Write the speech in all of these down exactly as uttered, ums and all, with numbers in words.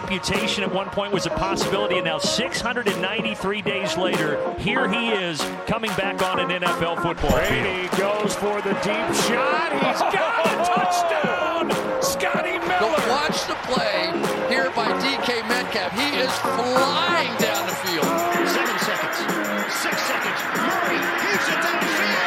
amputation at one point was a possibility, and now six hundred ninety-three days later, here he is coming back on an N F L football field. Brady goes for the deep shot. He's got a touchdown. Scotty Miller. But watch the play here by D K Metcalf. He is flying down the field. Seven seconds. Six seconds. Murray keeps it downfield.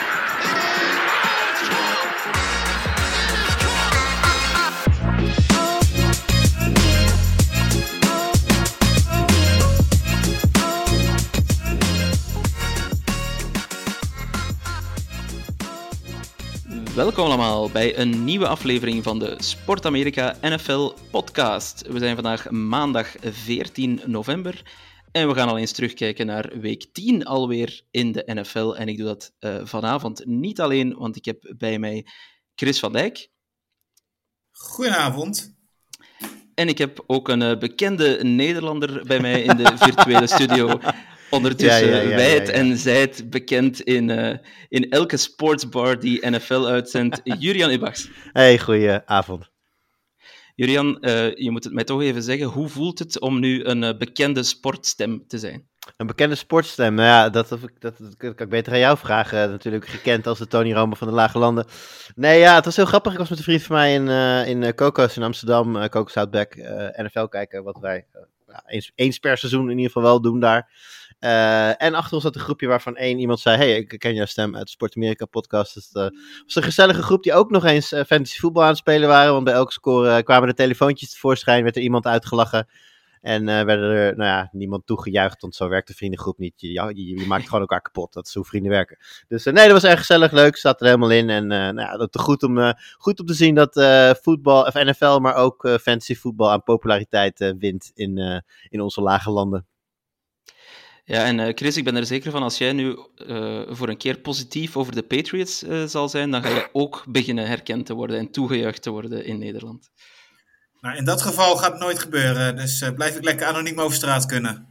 Welkom allemaal bij een nieuwe aflevering van de Sport Amerika N F L podcast. We zijn vandaag maandag veertien november en we gaan al eens terugkijken naar week tien alweer in de N F L. En ik doe dat uh, vanavond niet alleen, want ik heb bij mij Chris van Dijk. Goedenavond. En ik heb ook een uh, bekende Nederlander bij mij in de virtuele studio. Ondertussen ja, ja, ja, wijd ja, ja. en zijd bekend in, uh, in elke sportsbar die N F L uitzendt. Jurian Ibachs. Hey, goedenavond. Jurian, uh, je moet het mij toch even zeggen. Hoe voelt het om nu een uh, bekende sportstem te zijn? Een bekende sportstem? Nou ja, dat, dat, dat, dat kan ik beter aan jou vragen. Natuurlijk gekend als de Tony Romo van de Lage Landen. Nee, ja, het was heel grappig. Ik was met een vriend van mij in, uh, in uh, Coco's in Amsterdam. Uh, Coco's Outback. Uh, N F L kijken, wat wij uh, ja, eens, eens per seizoen in ieder geval wel doen daar. Uh, en achter ons zat een groepje waarvan één iemand zei: hey, ik ken jouw stem uit de Sport Amerika podcast. Dus het uh, was een gezellige groep die ook nog eens uh, fantasy voetbal aan het spelen waren. Want bij elke score uh, kwamen de telefoontjes tevoorschijn, werd er iemand uitgelachen. En uh, werden er, nou ja, niemand toegejuicht, want zo werkt de vriendengroep niet. Je, je, je, je maakt gewoon elkaar kapot, dat is hoe vrienden werken. Dus uh, nee, dat was erg gezellig, leuk, zat er helemaal in. En uh, nou ja, dat is goed om, uh, goed om te zien dat uh, voetbal, of N F L, maar ook uh, fantasy voetbal aan populariteit uh, wint in, uh, in onze lage landen. Ja, en uh, Chris, ik ben er zeker van, als jij nu uh, voor een keer positief over de Patriots uh, zal zijn, dan ga je ook beginnen herkend te worden en toegejuicht te worden in Nederland. Nou, in dat geval gaat het nooit gebeuren, dus uh, blijf ik lekker anoniem over straat kunnen.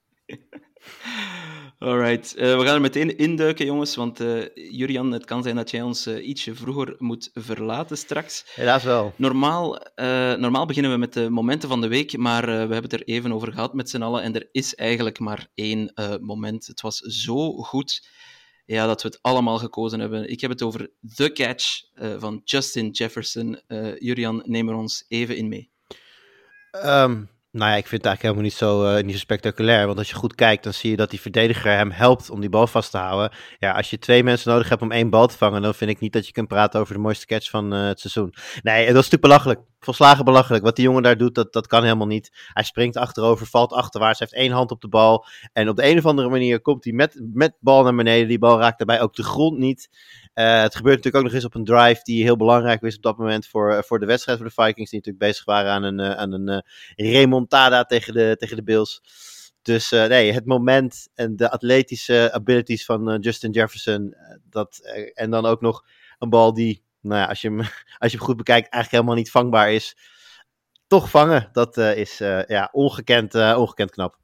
Alright, uh, we gaan er meteen induiken, jongens, want uh, Jurian, het kan zijn dat jij ons uh, ietsje vroeger moet verlaten straks. Helaas wel. Normaal, uh, normaal beginnen we met de momenten van de week, maar uh, we hebben het er even over gehad met z'n allen en er is eigenlijk maar één uh, moment. Het was zo goed ja, dat we het allemaal gekozen hebben. Ik heb het over The Catch uh, van Justin Jefferson. Uh, Jurian, neem er ons even in mee. Um... Nou ja, ik vind het eigenlijk helemaal niet zo, uh, niet zo spectaculair. Want als je goed kijkt, dan zie je dat die verdediger hem helpt om die bal vast te houden. Ja, als je twee mensen nodig hebt om één bal te vangen, dan vind ik niet dat je kunt praten over de mooiste catch van uh, het seizoen. Nee, dat is natuurlijk belachelijk. Volslagen belachelijk. Wat die jongen daar doet, dat, dat kan helemaal niet. Hij springt achterover, valt achterwaarts, hij heeft één hand op de bal. En op de een of andere manier komt hij met, met bal naar beneden. Die bal raakt daarbij ook de grond niet. Uh, het gebeurt natuurlijk ook nog eens op een drive die heel belangrijk is op dat moment voor, uh, voor de wedstrijd voor de Vikings. Die natuurlijk bezig waren aan een, uh, aan een uh, remontada tegen de, tegen de Bills. Dus uh, nee, het moment en de atletische abilities van uh, Justin Jefferson. Uh, dat, uh, en dan ook nog een bal die, nou ja, als je hem, als je hem goed bekijkt, eigenlijk helemaal niet vangbaar is. Toch vangen, dat uh, is uh, ja, ongekend, uh, ongekend knap.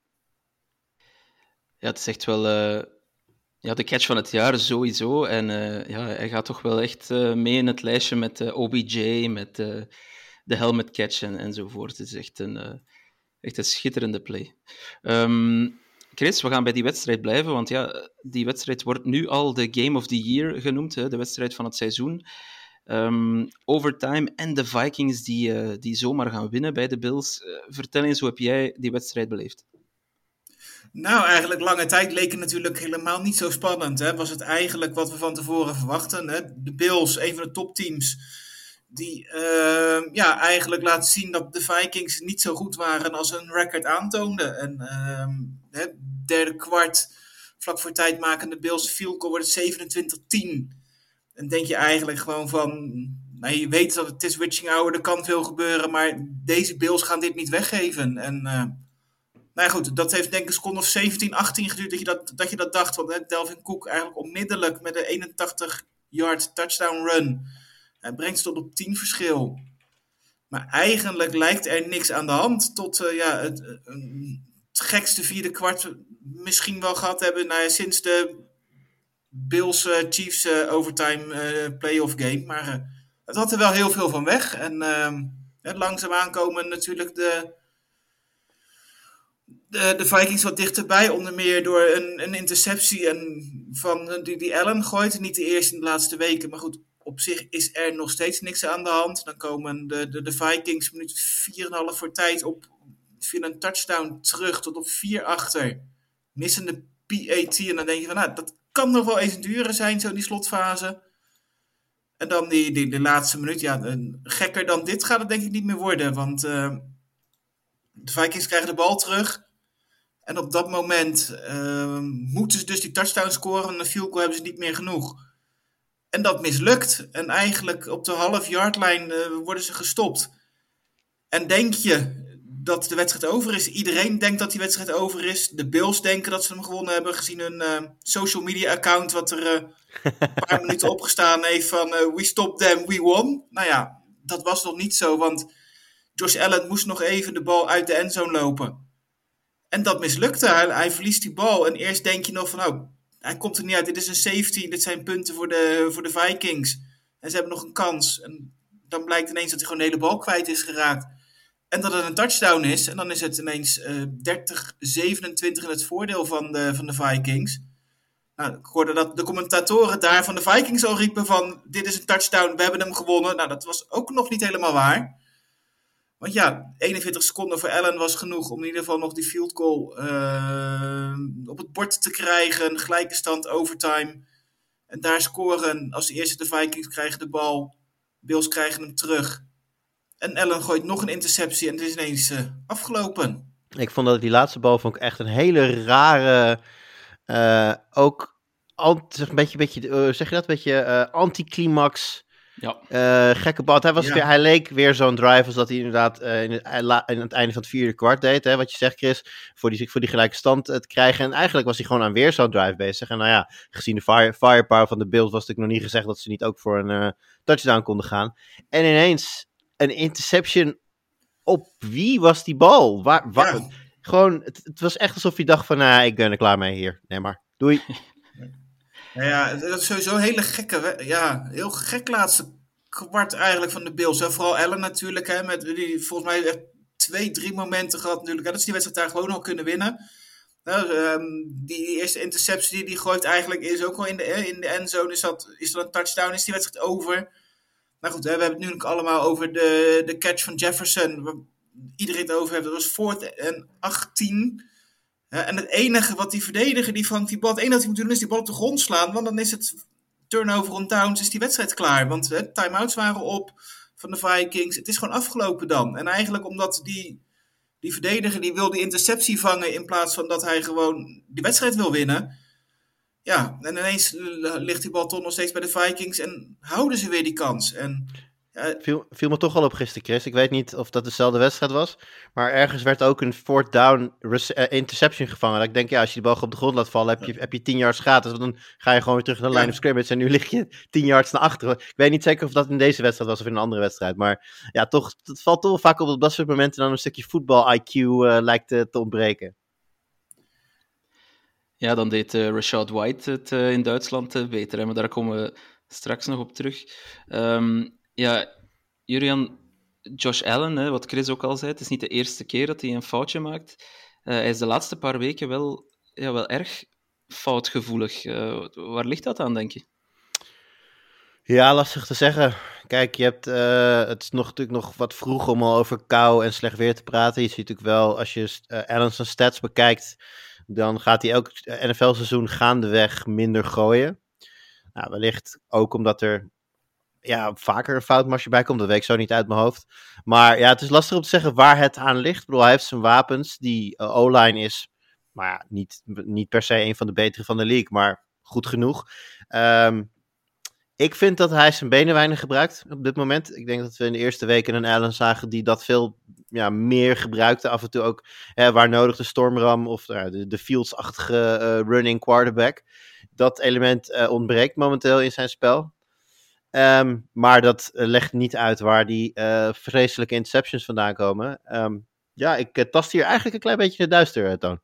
Ja, het is echt wel... Uh... Ja, de catch van het jaar sowieso. En uh, ja, hij gaat toch wel echt uh, mee in het lijstje met uh, O B J, met uh, de helmet catch en, enzovoort. Het is echt een, uh, echt een schitterende play. Um, Chris, we gaan bij die wedstrijd blijven, want ja, die wedstrijd wordt nu al de Game of the Year genoemd, hè, de wedstrijd van het seizoen. Um, overtime en de Vikings die, uh, die zomaar gaan winnen bij de Bills. Uh, vertel eens, hoe heb jij die wedstrijd beleefd? Nou, eigenlijk lange tijd leek het natuurlijk helemaal niet zo spannend. Hè? Was het eigenlijk wat we van tevoren verwachten. Hè? De Bills, een van de topteams, die uh, ja, eigenlijk laten zien dat de Vikings niet zo goed waren als hun record aantoonde. En uh, hè, derde kwart, vlak voor tijd maken de Bills field goal, wordt het zevenentwintig tien. En denk je eigenlijk gewoon van, nou, je weet dat het is witching hour, er kan veel gebeuren, maar deze Bills gaan dit niet weggeven. En... Uh, Nou ja, goed, dat heeft denk ik een seconde of zeventien, achttien geduurd dat je dat, dat, je dat dacht. Want hè, Delvin Cook eigenlijk onmiddellijk met een eenentachtig yard touchdown run. Hij brengt ze tot op tien verschil. Maar eigenlijk lijkt er niks aan de hand. Tot uh, ja, het, uh, het gekste vierde kwart misschien wel gehad hebben. Nou ja, sinds de Bills uh, Chiefs uh, overtime uh, playoff game. Maar uh, het had er wel heel veel van weg. En uh, langzaamaan komen natuurlijk de... de, de Vikings wat dichterbij. Onder meer door een, een interceptie en van, die, die Allen gooit. Niet de eerste in de laatste weken. Maar goed, op zich is er nog steeds niks aan de hand. Dan komen de, de, de Vikings minuut vier komma vijf voor tijd op via een touchdown terug tot op vier achter. Missende P A T. En dan denk je van, nou, dat kan nog wel eens duren zijn, zo die slotfase. En dan die, die, de laatste minuut. Ja, een, gekker dan dit gaat het denk ik niet meer worden. Want uh, de Vikings krijgen de bal terug. En op dat moment uh, moeten ze dus die touchdown scoren. En een field goal hebben ze niet meer genoeg. En dat mislukt. En eigenlijk op de half-yard-lijn uh, worden ze gestopt. En denk je dat de wedstrijd over is? Iedereen denkt dat die wedstrijd over is. De Bills denken dat ze hem gewonnen hebben. Gezien hun uh, social media account wat er uh, een paar minuten opgestaan heeft van uh, we stopped them, we won. Nou ja, dat was nog niet zo. Want Josh Allen moest nog even de bal uit de endzone lopen. En dat mislukte. Hij, hij verliest die bal. En eerst denk je nog van, nou, hij komt er niet uit. Dit is een safety. Dit zijn punten voor de, voor de Vikings. En ze hebben nog een kans. En dan blijkt ineens dat hij gewoon de hele bal kwijt is geraakt. En dat het een touchdown is. En dan is het ineens uh, dertig zevenentwintig in het voordeel van de, van de Vikings. Nou, ik hoorde dat de commentatoren daar van de Vikings al riepen van, dit is een touchdown, we hebben hem gewonnen. Nou, dat was ook nog niet helemaal waar. Want ja, eenenveertig seconden voor Allen was genoeg om in ieder geval nog die field goal uh, op het bord te krijgen. Gelijke stand, overtime. En daar scoren als eerste de Vikings krijgen de bal. Bills krijgen hem terug. En Allen gooit nog een interceptie en het is ineens uh, afgelopen. Ik vond dat die laatste bal vond ik echt een hele rare, uh, ook ant, een beetje, beetje uh, zeg je dat, een beetje uh, anticlimax. Ja. Uh, gekke bal. Hij, was Ja. weer, hij leek weer zo'n drive als dat hij inderdaad uh, in, het, in het einde van het vierde kwart deed. Hè, wat je zegt, Chris. Voor die, voor die gelijke stand uh, te krijgen. En eigenlijk was hij gewoon aan weer zo'n drive bezig. En nou ja, gezien de fire, firepower van de Bills was het nog niet gezegd dat ze niet ook voor een uh, touchdown konden gaan. En ineens een interception. Op wie was die bal? Waar, waar, Ja. Gewoon, het, het was echt alsof hij dacht van, nou, ik ben er klaar mee hier. Nee maar, doei. Nou ja, dat is sowieso een hele gekke, ja, heel gek laatste kwart eigenlijk van de Bills. Hè. Vooral Allen natuurlijk, hè, met die volgens mij echt twee, drie momenten gehad natuurlijk. Hè, dat ze die wedstrijd daar gewoon al kunnen winnen. Nou, um, die eerste interceptie die die gooit eigenlijk is ook wel in de, in de endzone. Is dat, is dat een touchdown? Is die wedstrijd over? Nou goed, hè, we hebben het nu ook allemaal over de, de catch van Jefferson. Waar iedereen het over heeft. Dat was fourth en achttien. Ja, en het enige wat die verdediger die vangt die bal, het enige wat hij moet doen is die bal op de grond slaan, want dan is het turnover on downs, is die wedstrijd klaar. Want hè, time-outs waren op van de Vikings. Het is gewoon afgelopen dan. En eigenlijk omdat die, die verdediger die wil die interceptie vangen in plaats van dat hij gewoon die wedstrijd wil winnen. Ja, en ineens ligt die bal toch nog steeds bij de Vikings en houden ze weer die kans. En ja, Viel, viel me toch al op gisteren, Chris. Ik weet niet of dat dezelfde wedstrijd was. Maar ergens werd ook een fourth down res- uh, interception gevangen. Dat ik denk, ja, als je de bal op de grond laat vallen, heb je, heb je tien yards gratis. Want dan ga je gewoon weer terug naar de line Ja. of scrimmage. En nu lig je tien yards naar achteren. Ik weet niet zeker of dat in deze wedstrijd was of in een andere wedstrijd. Maar ja, toch, het valt toch vaak op dat soort momenten dan een stukje voetbal-I Q uh, lijkt uh, te ontbreken. Ja, dan deed uh, Rashad White het uh, in Duitsland uh, beter. Hè? Maar daar komen we straks nog op terug. Um, ja, Jurian, Josh Allen, hè, wat Chris ook al zei, het is niet de eerste keer dat hij een foutje maakt. Uh, hij is de laatste paar weken wel, ja, wel erg foutgevoelig. Uh, waar ligt dat aan, denk je? Ja, lastig te zeggen. Kijk, je hebt, uh, het is nog, natuurlijk nog wat vroeg om al over kou en slecht weer te praten. Je ziet natuurlijk wel, als je uh, Allen zijn stats bekijkt, dan gaat hij elk N F L-seizoen gaandeweg minder gooien. Nou, wellicht ook omdat er ja, vaker een foutmarge bij komt. Dat weet ik zo niet uit mijn hoofd. Maar ja, het is lastig om te zeggen waar het aan ligt. Ik bedoel, hij heeft zijn wapens. Die uh, O-line is, maar ja, niet, niet per se een van de betere van de league, maar goed genoeg. Um, ik vind dat hij zijn benen weinig gebruikt op dit moment. Ik denk dat we in de eerste weken een Allen zagen die dat veel ja, meer gebruikte. Af en toe ook hè, waar nodig de stormram of uh, de, de Fields-achtige uh, running quarterback. Dat element uh, ontbreekt momenteel in zijn spel. Um, maar dat uh, legt niet uit waar die uh, vreselijke interceptions vandaan komen. Um, ja, ik uh, tast hier eigenlijk een klein beetje de duister, uh, Toon.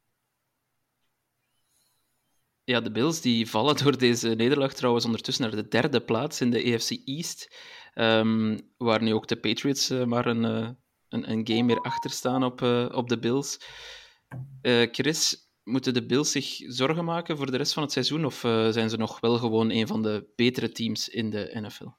Ja, de Bills die vallen door deze nederlaag trouwens ondertussen naar de derde plaats in de A F C East. Um, waar nu ook de Patriots uh, maar een, uh, een, een game meer achter staan op, uh, op de Bills. Uh, Chris, moeten de Bills zich zorgen maken voor de rest van het seizoen? Of uh, zijn ze nog wel gewoon een van de betere teams in de N F L?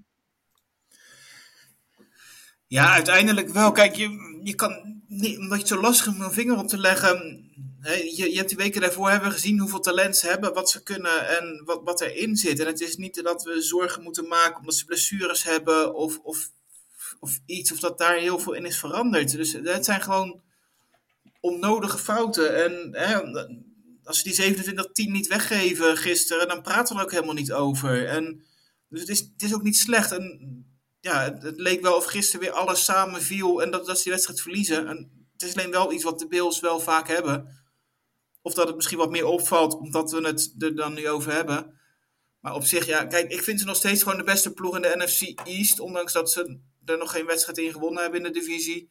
Ja, uiteindelijk wel. Kijk, je, je kan niet, omdat je het zo lastig is om een vinger op te leggen. Hè, je, je hebt die weken daarvoor hebben gezien hoeveel talent ze hebben, wat ze kunnen en wat, wat erin zit. En het is niet dat we zorgen moeten maken omdat ze blessures hebben of, of, of iets, of dat daar heel veel in is veranderd. Dus het zijn gewoon onnodige fouten. En hè, als ze die zevenentwintig tien niet weggeven gisteren, dan praten we er ook helemaal niet over. En, dus het is, het is ook niet slecht. En ja, het, het leek wel of gisteren weer alles samen viel en dat, dat ze die wedstrijd verliezen. En het is alleen wel iets wat de Bills wel vaak hebben. Of dat het misschien wat meer opvalt, omdat we het er dan nu over hebben. Maar op zich, ja, kijk, ik vind ze nog steeds gewoon de beste ploeg in de N F C East. Ondanks dat ze er nog geen wedstrijd in gewonnen hebben in de divisie.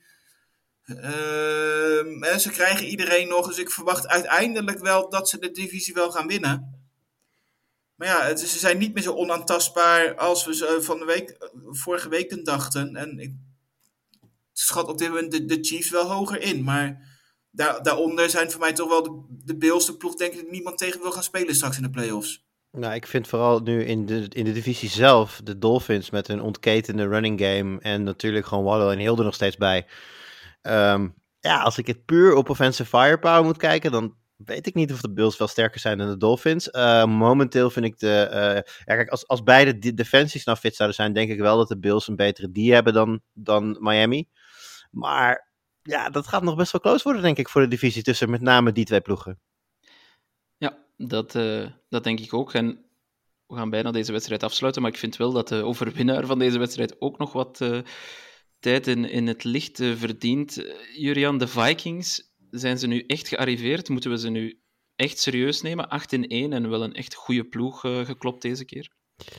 Uh, en ze krijgen iedereen nog, dus ik verwacht uiteindelijk wel dat ze de divisie wel gaan winnen. Maar ja, het, ze zijn niet meer zo onaantastbaar als we ze van de week, vorige weken dachten. En ik schat op dit moment de, de Chiefs wel hoger in. Maar daar, daaronder zijn voor mij toch wel de, de Bills, de ploeg, denk ik, niemand tegen wil gaan spelen straks in de playoffs. Nou, ik vind vooral nu in de, in de divisie zelf, de Dolphins met hun ontketende running game en natuurlijk gewoon Waddle en Hill er nog steeds bij. Um, ja, als ik het puur op offensive firepower moet kijken, dan weet ik niet of de Bills wel sterker zijn dan de Dolphins. Uh, momenteel vind ik de... Uh, ja, kijk, als, als beide de defensies nou fit zouden zijn, denk ik wel dat de Bills een betere D hebben dan, dan Miami. Maar ja, dat gaat nog best wel close worden, denk ik, voor de divisie tussen met name die twee ploegen. Ja, dat, uh, dat denk ik ook. En we gaan bijna deze wedstrijd afsluiten, maar ik vind wel dat de overwinnaar van deze wedstrijd ook nog wat uh, tijd in, in het licht uh, verdient. Uh, Jurian, de Vikings, zijn ze nu echt gearriveerd? Moeten we ze nu echt serieus nemen? acht in één en wel een echt goede ploeg uh, geklopt deze keer?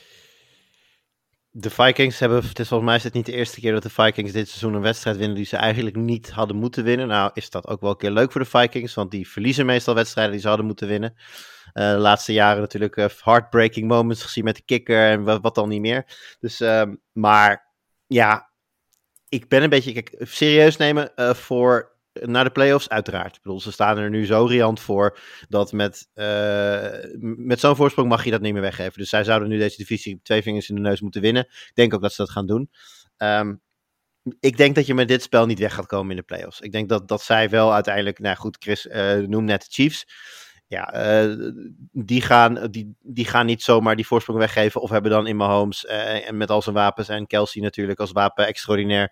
De Vikings hebben, het is volgens mij is het niet de eerste keer dat de Vikings dit seizoen een wedstrijd winnen die ze eigenlijk niet hadden moeten winnen. Nou is dat ook wel een keer leuk voor de Vikings, want die verliezen meestal wedstrijden die ze hadden moeten winnen. Uh, de laatste jaren natuurlijk uh, heartbreaking moments gezien met de kicker en wat, wat dan niet meer. Dus, uh, maar ja, ik ben een beetje, kijk, serieus nemen uh, voor naar de playoffs uiteraard. Ik bedoel, ze staan er nu zo riant voor dat met, uh, met zo'n voorsprong mag je dat niet meer weggeven. Dus zij zouden nu deze divisie twee vingers in de neus moeten winnen. Ik denk ook dat ze dat gaan doen. Um, ik denk dat je met dit spel niet weg gaat komen in de playoffs. Ik denk dat, dat zij wel uiteindelijk, nou goed, Chris uh, noemt net de Chiefs. Ja, uh, die, gaan, die, die gaan niet zomaar die voorsprong weggeven of hebben dan in Mahomes uh, en met al zijn wapens en Kelsey natuurlijk als wapen extraordinair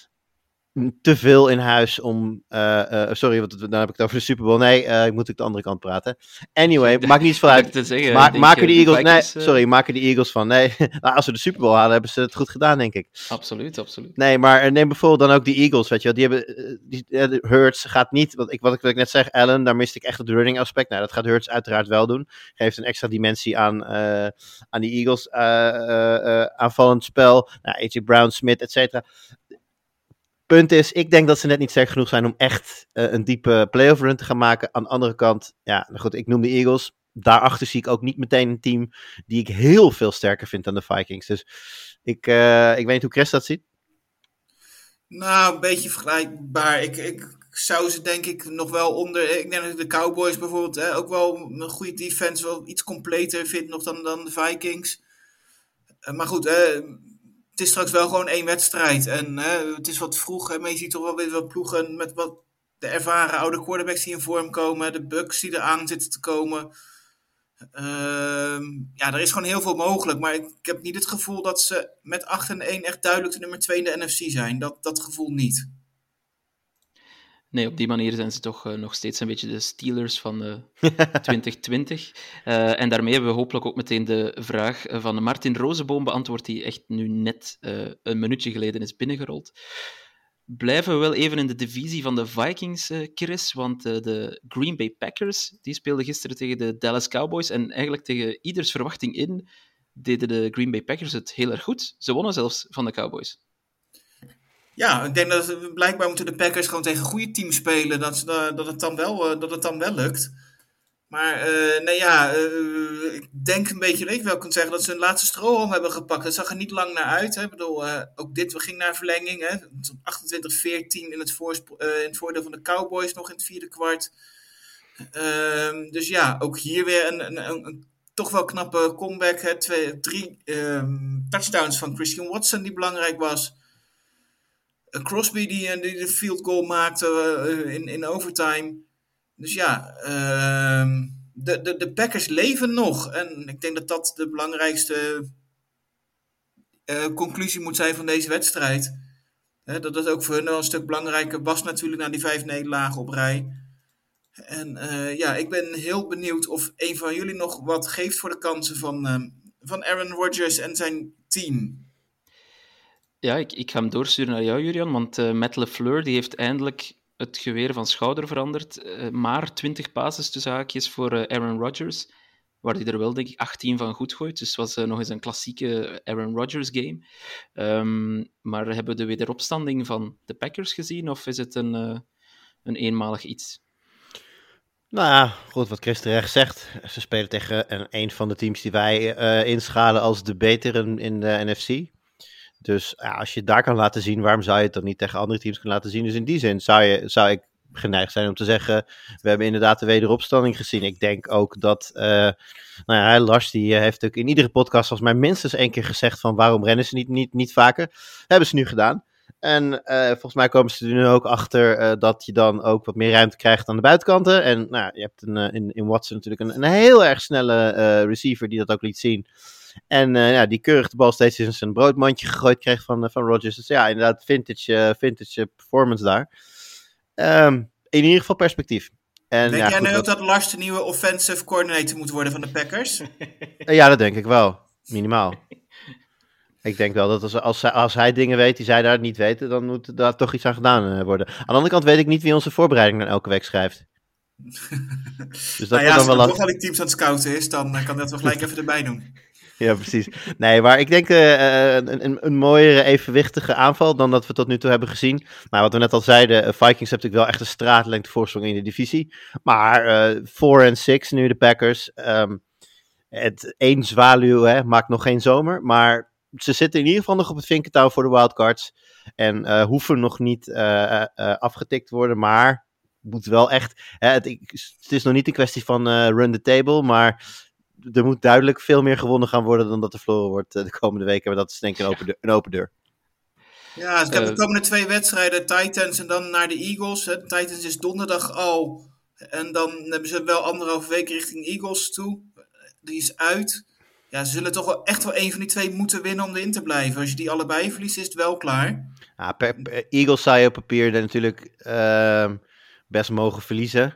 te veel in huis om... Uh, uh, sorry, want dan heb ik het over de Super Bowl. Nee, uh, ik moet ik de andere kant praten. Anyway, maakt niet veel uit. Zeggen, Ma- maken de Eagles... Vikings, nee, sorry, maken de Eagles van... Nee, nou, als ze de Super Bowl halen, hebben ze het goed gedaan, denk ik. Absoluut, absoluut. Nee, maar neem bijvoorbeeld dan ook die Eagles, weet je wel. Die hebben... Die, uh, Hurts gaat niet... Wat ik, wat, ik, wat ik net zeg, Allen, daar miste ik echt het running aspect. Nou, dat gaat Hurts uiteraard wel doen. Geeft een extra dimensie aan, uh, aan die Eagles. Uh, uh, uh, aanvallend spel. Nou, A J Brown, Smith, et cetera. Punt is, ik denk dat ze net niet sterk genoeg zijn om echt uh, een diepe playoff run te gaan maken. Aan de andere kant, ja, nou goed, ik noem de Eagles. Daarachter zie ik ook niet meteen een team die ik heel veel sterker vind dan de Vikings. Dus ik, uh, ik weet niet hoe Chris dat ziet. Nou, een beetje vergelijkbaar. Ik, ik zou ze denk ik nog wel onder... Ik denk dat de Cowboys bijvoorbeeld hè, ook wel een goede defense wel iets completer vind nog dan, dan de Vikings. Uh, maar goed, hè... Het is straks wel gewoon één wedstrijd. En hè, het is wat vroeg. Hè, maar je ziet toch wel weer wat ploegen met wat de ervaren oude quarterbacks die in vorm komen. De Bucks die eraan zitten te komen. Uh, ja, er is gewoon heel veel mogelijk. Maar ik, ik heb niet het gevoel dat ze met acht en één echt duidelijk de nummer twee in de N F C zijn. Dat, dat gevoel niet. Nee, op die manier zijn ze toch uh, nog steeds een beetje de Steelers van uh, twintig twintig. Uh, en daarmee hebben we hopelijk ook meteen de vraag van Martin Rozenboom beantwoord, die echt nu net uh, een minuutje geleden is binnengerold. Blijven we wel even in de divisie van de Vikings, uh, Chris, want uh, de Green Bay Packers die speelden gisteren tegen de Dallas Cowboys en eigenlijk tegen ieders verwachting in deden de Green Bay Packers het heel erg goed. Ze wonnen zelfs van de Cowboys. Ja, ik denk dat het, blijkbaar moeten de Packers gewoon tegen goede teams spelen, dat, dat, het, dan wel, dat het dan wel lukt. Maar uh, nou ja, uh, ik denk een beetje, ik wel kan zeggen dat ze hun laatste strohalm hebben gepakt. Dat zag er niet lang naar uit. Hè. Ik bedoel, uh, ook dit we ging naar verlenging. Hè. achtentwintig veertien in, uh, in het voordeel van de Cowboys nog in het vierde kwart. Uh, dus ja, ook hier weer een, een, een, een toch wel knappe comeback. Hè. Twee, drie um, touchdowns van Christian Watson die belangrijk was. Uh, Crosby die, die de field goal maakte uh, in, in overtime. Dus ja, uh, de, de, de Packers leven nog. En ik denk dat dat de belangrijkste uh, conclusie moet zijn van deze wedstrijd. He, dat dat ook voor hun wel een stuk belangrijker was natuurlijk na die vijf nederlagen op rij. En uh, ja, ik ben heel benieuwd of een van jullie nog wat geeft voor de kansen van, uh, van Aaron Rodgers en zijn team. Ja, ik, ik ga hem doorsturen naar jou, Julian, want uh, Matt LaFleur die heeft eindelijk het geweer van schouder veranderd. Uh, maar twintig passes tussen haakjes voor uh, Aaron Rodgers, waar hij er wel, denk ik, achttien van goed gooit. Dus het was uh, nog eens een klassieke Aaron Rodgers game. Um, maar hebben we de wederopstanding van de Packers gezien, of is het een, uh, een eenmalig iets? Nou ja, goed, wat Chris terecht zegt. Ze spelen tegen een, een van de teams die wij uh, inschalen als de betere in de N F C. Dus ja, als je het daar kan laten zien, waarom zou je het dan niet tegen andere teams kunnen laten zien? Dus in die zin zou, je, zou ik geneigd zijn om te zeggen, we hebben inderdaad de wederopstanding gezien. Ik denk ook dat, uh, nou ja, Lars die heeft ook in iedere podcast volgens mij minstens één keer gezegd van waarom rennen ze niet, niet, niet vaker. Dat hebben ze nu gedaan. En uh, volgens mij komen ze er nu ook achter uh, dat je dan ook wat meer ruimte krijgt aan de buitenkant. En nou, je hebt een, uh, in, in Watson natuurlijk een, een heel erg snelle uh, receiver die dat ook liet zien. En uh, ja, die keurig de bal steeds in zijn broodmandje gegooid kreeg van, uh, van Rodgers. Dus ja, inderdaad, vintage, uh, vintage performance daar. Um, in ieder geval perspectief. En, denk ja, jij goed, nu ook wat... dat Lars de nieuwe offensive coordinator moet worden van de Packers? uh, ja, dat denk ik wel. Minimaal. Ik denk wel dat als, als, als hij dingen weet die zij daar niet weten, dan moet daar toch iets aan gedaan uh, worden. Aan de andere kant weet ik niet wie onze voorbereiding dan elke week schrijft. Dus dat nou ja, als er nog wel die teams aan het scouten is, dan uh, kan dat wel gelijk even erbij doen. Ja, precies. Nee, maar ik denk uh, een, een, een mooiere, evenwichtige aanval dan dat we tot nu toe hebben gezien. Maar wat we net al zeiden, uh, Vikings hebben natuurlijk wel echt een straatlengte voorsprong in de divisie. Maar vier en zes nu de Packers. Um, het één zwaluw hè, maakt nog geen zomer, maar ze zitten in ieder geval nog op het vinkertouw voor de wildcards. En uh, hoeven nog niet uh, uh, uh, afgetikt worden, maar moet wel echt... Hè, het, het is nog niet een kwestie van uh, run the table, maar er moet duidelijk veel meer gewonnen gaan worden dan dat er verloren wordt uh, de komende weken. Maar dat is denk ik een open deur. Een open deur. Ja, dus de komende twee wedstrijden, Titans en dan naar de Eagles. Hè. De Titans is donderdag al. En dan hebben ze wel anderhalve week richting Eagles toe. Die is uit. Ja, ze zullen toch wel echt wel een van die twee moeten winnen om erin te blijven. Als je die allebei verliest, is het wel klaar. Ja, per, per Eagles zou je op papier natuurlijk uh, best mogen verliezen.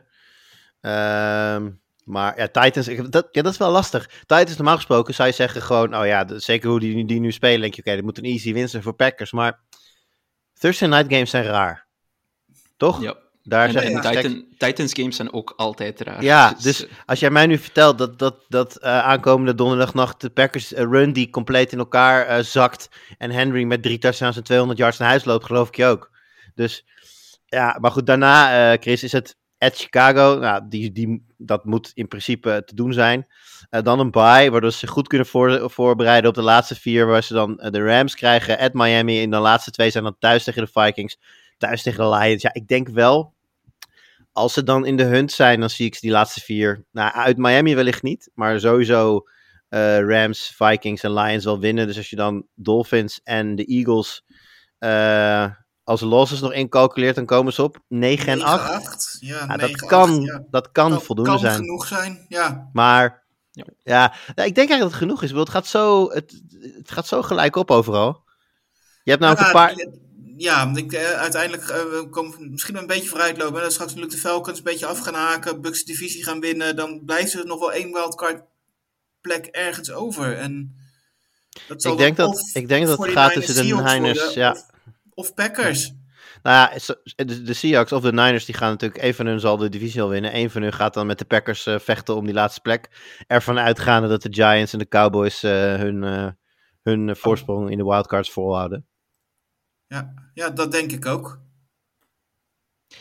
Uh, maar ja, Titans, dat, ja, dat is wel lastig. Titans, normaal gesproken zou je zeggen gewoon, oh ja, zeker hoe die, die nu spelen, denk je, oké, okay, dat moet een easy win zijn voor Packers. Maar Thursday night games zijn raar. Toch? Ja. Daar en, zijn en Titan, Titans games zijn ook altijd raar. Ja, dus als jij mij nu vertelt dat, dat, dat uh, aankomende donderdagnacht de Packers uh, run die compleet in elkaar uh, zakt en Henry met drie touchdowns en tweehonderd yards naar huis loopt, geloof ik je ook. Dus ja, maar goed, daarna, uh, Chris, is het at Chicago. Nou, die, die, dat moet in principe te doen zijn. Uh, dan een bye, waardoor ze goed kunnen voor, voorbereiden op de laatste vier, waar ze dan uh, de Rams krijgen, at Miami, en de laatste twee zijn dan thuis tegen de Vikings, thuis tegen de Lions. Ja, ik denk wel, als ze dan in de hunt zijn, dan zie ik ze die laatste vier. Nou, uit Miami wellicht niet, maar sowieso uh, Rams, Vikings en Lions wel winnen. Dus als je dan Dolphins en de Eagles uh, als losses nog incalculeert, dan komen ze op negen en acht. Ja, ja, negen, dat kan, acht, ja. dat kan, kan voldoende kan zijn. Kan genoeg zijn, ja. Maar ja, ja nou, ik denk eigenlijk dat het genoeg is. Het gaat zo, het, het gaat zo gelijk op overal. Je hebt nou ja, een paar... Ja, ik, uh, uiteindelijk uh, komen misschien een beetje vooruitlopen. Dat straks natuurlijk de Falcons een beetje af gaan haken, Bucks divisie gaan winnen. Dan blijft er nog wel één wildcard plek ergens over. En dat zal ik, denk dat, of ik denk dat het gaat tussen de Niners ja. of, of Packers. Nou ja, de, de Seahawks of de Niners die gaan natuurlijk, één van hun zal de divisie al winnen. Eén van hun gaat dan met de Packers uh, vechten om die laatste plek. Ervan uitgaande dat de Giants en de Cowboys uh, hun, uh, hun uh, voorsprong in de wildcards volhouden. Ja, ja, dat denk ik ook.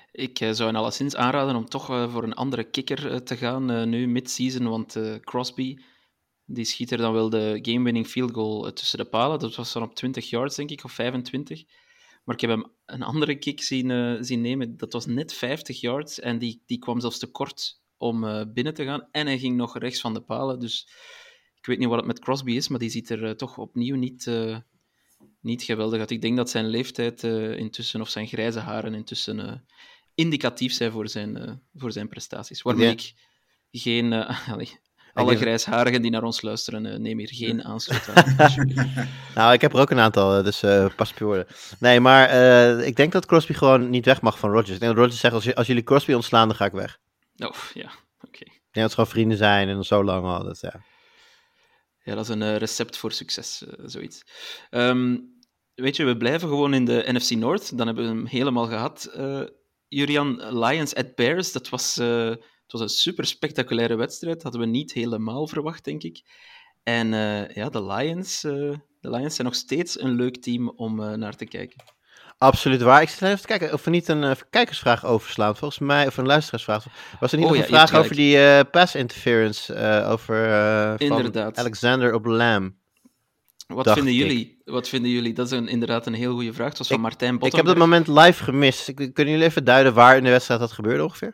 Ik uh, zou hen alleszins aanraden om toch uh, voor een andere kikker uh, te gaan, uh, nu mid-season, want uh, Crosby, die schiet er dan wel de game-winning field goal uh, tussen de palen. Dat was dan op twintig yards, denk ik, of vijfentwintig. Maar ik heb hem een andere kick zien, uh, zien nemen, dat was net vijftig yards, en die, die kwam zelfs te kort om uh, binnen te gaan, en hij ging nog rechts van de palen, dus ik weet niet wat het met Crosby is, maar die ziet er uh, toch opnieuw niet... Uh, Niet geweldig uit. Ik denk dat zijn leeftijd uh, intussen, of zijn grijze haren intussen, uh, indicatief zijn voor zijn, uh, voor zijn prestaties. Waarmee ja. ik geen... Uh, allee, alle grijsharigen die naar ons luisteren, uh, neem hier geen aanstoot aan. Nou, ik heb er ook een aantal, dus uh, pas op je woorden. Nee, maar uh, ik denk dat Crosby gewoon niet weg mag van Rodgers. Ik denk dat Rodgers zegt, als, j- als jullie Crosby ontslaan, dan ga ik weg. Oh, ja, oké. Okay. Ik denk dat ze gewoon vrienden zijn en zo lang al. Dat, ja. Ja, dat is een uh, recept voor succes, uh, zoiets. Um, weet je, we blijven gewoon in de N F C North. Dan hebben we hem helemaal gehad. Uh, Jurian, Lions at Bears, dat was, uh, het was een super spectaculaire wedstrijd. Dat hadden we niet helemaal verwacht, denk ik. En uh, ja, de Lions, uh, de Lions zijn nog steeds een leuk team om uh, naar te kijken. Absoluut waar. Ik zit even te kijken of we niet een uh, kijkersvraag overslaan. Volgens mij, of een luisteraarsvraag. Was er niet oh, nog ja, een vraag over die uh, pass interference uh, over uh, inderdaad. Van Alexander op Lamb? Wat vinden, jullie, wat vinden jullie? Dat is een, inderdaad een heel goede vraag. Het was van ik, Martijn Bottenberg. Ik heb dat moment live gemist. Ik, kunnen jullie even duiden waar in de wedstrijd dat gebeurde ongeveer?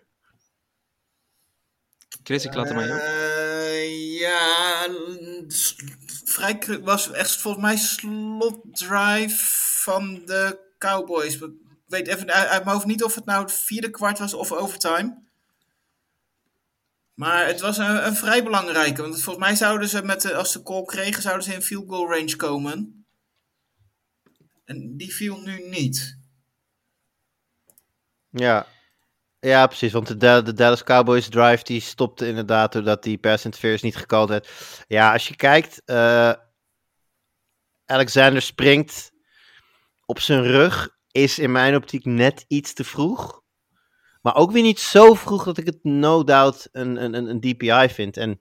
Chris, ik laat hem aan jou. Uh, ja, vrij was echt volgens mij slot drive van de Cowboys. Ik weet even uit mijn hoofd niet of het nou het vierde kwart was of overtime. Maar het was een, een vrij belangrijke. Want volgens mij zouden ze, met de, als ze call kregen, zouden ze in field goal range komen. En die viel nu niet. Ja, ja precies. Want de, de Dallas Cowboys drive die stopte inderdaad doordat die pass interference niet gecalld werd. Ja, als je kijkt, uh, Alexander springt op zijn rug. Is in mijn optiek net iets te vroeg. Maar ook weer niet zo vroeg dat ik het no doubt een, een, een D P I vind. En